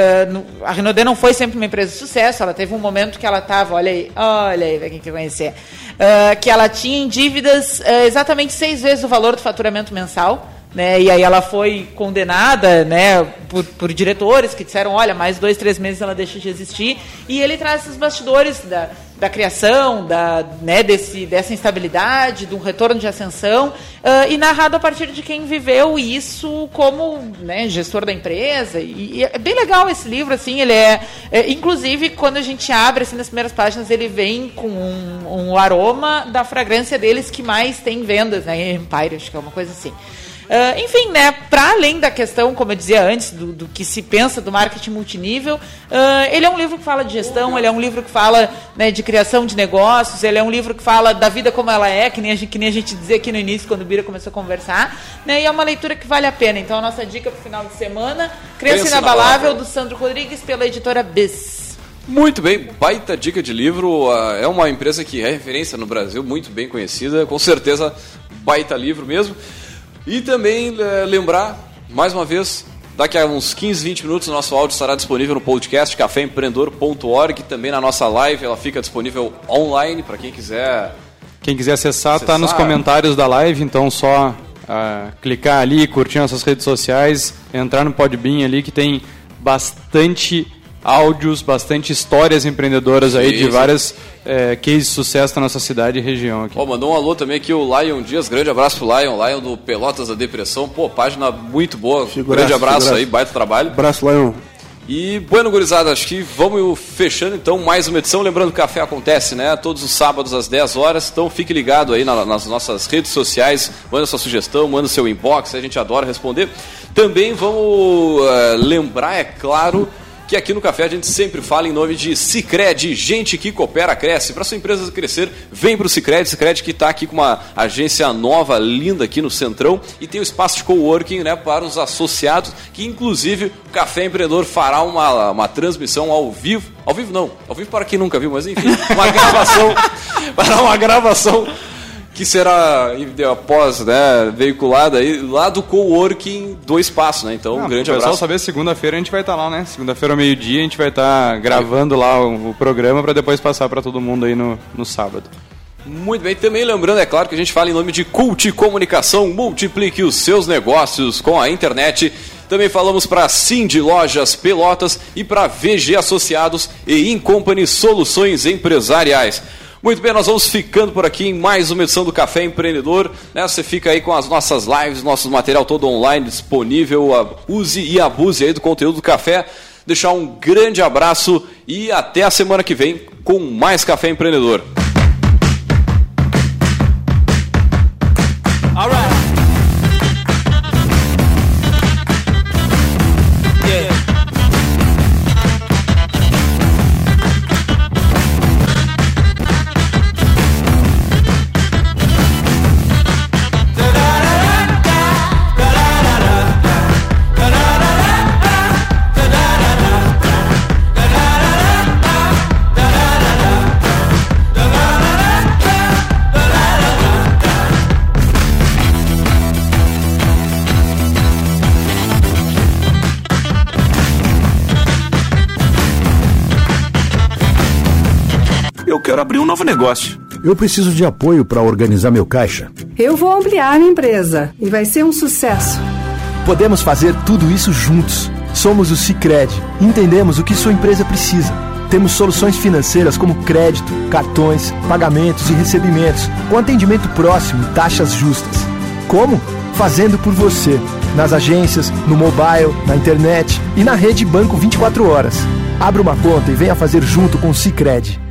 [SPEAKER 3] A Rinode não foi sempre uma empresa de sucesso, ela teve um momento que ela estava, olha aí, para quem quer conhecer, que ela tinha em dívidas exatamente 6 vezes o valor do faturamento mensal, né? E aí ela foi condenada, né, por diretores que disseram, olha, mais 2, 3 meses ela deixa de existir, e ele traz esses bastidores da criação, né, dessa instabilidade, de um retorno de ascensão, e narrado a partir de quem viveu isso como, né, gestor da empresa. E é bem legal esse livro, assim, ele inclusive, quando a gente abre, assim, nas primeiras páginas, ele vem com um aroma da fragrância deles que mais tem vendas, né, Empire, acho que é uma coisa assim. Enfim, né, para além da questão, como eu dizia antes, do que se pensa do marketing multinível, ele é um livro que fala de gestão, ele é um livro que fala, né, de criação de negócios, ele é um livro que fala da vida como ela é, que nem a gente dizia aqui no início, quando o Bira começou a conversar, né, e é uma leitura que vale a pena. Então, a nossa dica para o final de semana, Criança Inabalável, do Sandro Rodrigues, pela editora Bis.
[SPEAKER 1] Muito bem, baita dica de livro. É uma empresa que é referência no Brasil, muito bem conhecida, com certeza baita livro mesmo. E também lembrar, mais uma vez, daqui a uns 15, 20 minutos o nosso áudio estará disponível no podcast caféempreendedor.org, também na nossa live, ela fica disponível online para quem quiser.
[SPEAKER 4] Quem quiser acessar, está nos comentários da live, então só clicar ali, curtir nossas redes sociais, entrar no Podbean ali, que tem bastante áudios, bastante histórias empreendedoras aí de várias cases de sucesso na nossa cidade e região aqui.
[SPEAKER 1] Mandou um alô também aqui o Lion Dias, grande abraço pro Lion do Pelotas da Depressão, página muito boa, grande abraço aí, baita trabalho.
[SPEAKER 5] Abraço, Lion.
[SPEAKER 1] E, bueno, gurizada, acho que vamos fechando então mais uma edição, lembrando que o café acontece, né, todos os sábados às 10 horas, então fique ligado aí nas nossas redes sociais, manda sua sugestão, manda seu inbox, a gente adora responder. Também vamos lembrar, é claro, que aqui no Café a gente sempre fala em nome de Sicredi, gente que coopera, cresce. Para sua empresa crescer, vem para o Sicredi que está aqui com uma agência nova, linda aqui no Centrão, e tem um espaço de coworking, né, para os associados, que inclusive o Café Empreendedor fará uma transmissão ao vivo para quem nunca viu, mas enfim, uma gravação que será após, né, veiculada aí lá do coworking do espaço, né? Então, um grande abraço.
[SPEAKER 4] Pessoal, saber, segunda-feira a gente vai estar lá, né? Segunda-feira ao meio-dia a gente vai estar gravando lá o programa para depois passar para todo mundo aí no sábado.
[SPEAKER 1] Muito bem, também lembrando, é claro, que a gente fala em nome de Cult Comunicação, multiplique os seus negócios com a internet. Também falamos para Cindy Lojas Pelotas e para VG Associados e Incompany Soluções Empresariais. Muito bem, nós vamos ficando por aqui em mais uma edição do Café Empreendedor, né? Você fica aí com as nossas lives, nosso material todo online disponível, use e abuse aí do conteúdo do Café. Deixar um grande abraço e até a semana que vem com mais Café Empreendedor.
[SPEAKER 2] All right. Yeah.
[SPEAKER 9] Eu quero abrir um novo negócio.
[SPEAKER 14] Eu preciso de apoio para organizar meu caixa.
[SPEAKER 15] Eu vou ampliar minha empresa e vai ser um sucesso.
[SPEAKER 11] Podemos fazer tudo isso juntos. Somos o Sicredi e entendemos o que sua empresa precisa. Temos soluções financeiras como crédito, cartões, pagamentos e recebimentos, com atendimento próximo e taxas justas. Como? Fazendo por você. Nas agências, no mobile, na internet e na rede Banco 24 horas. Abra uma conta e venha fazer junto com o Sicredi.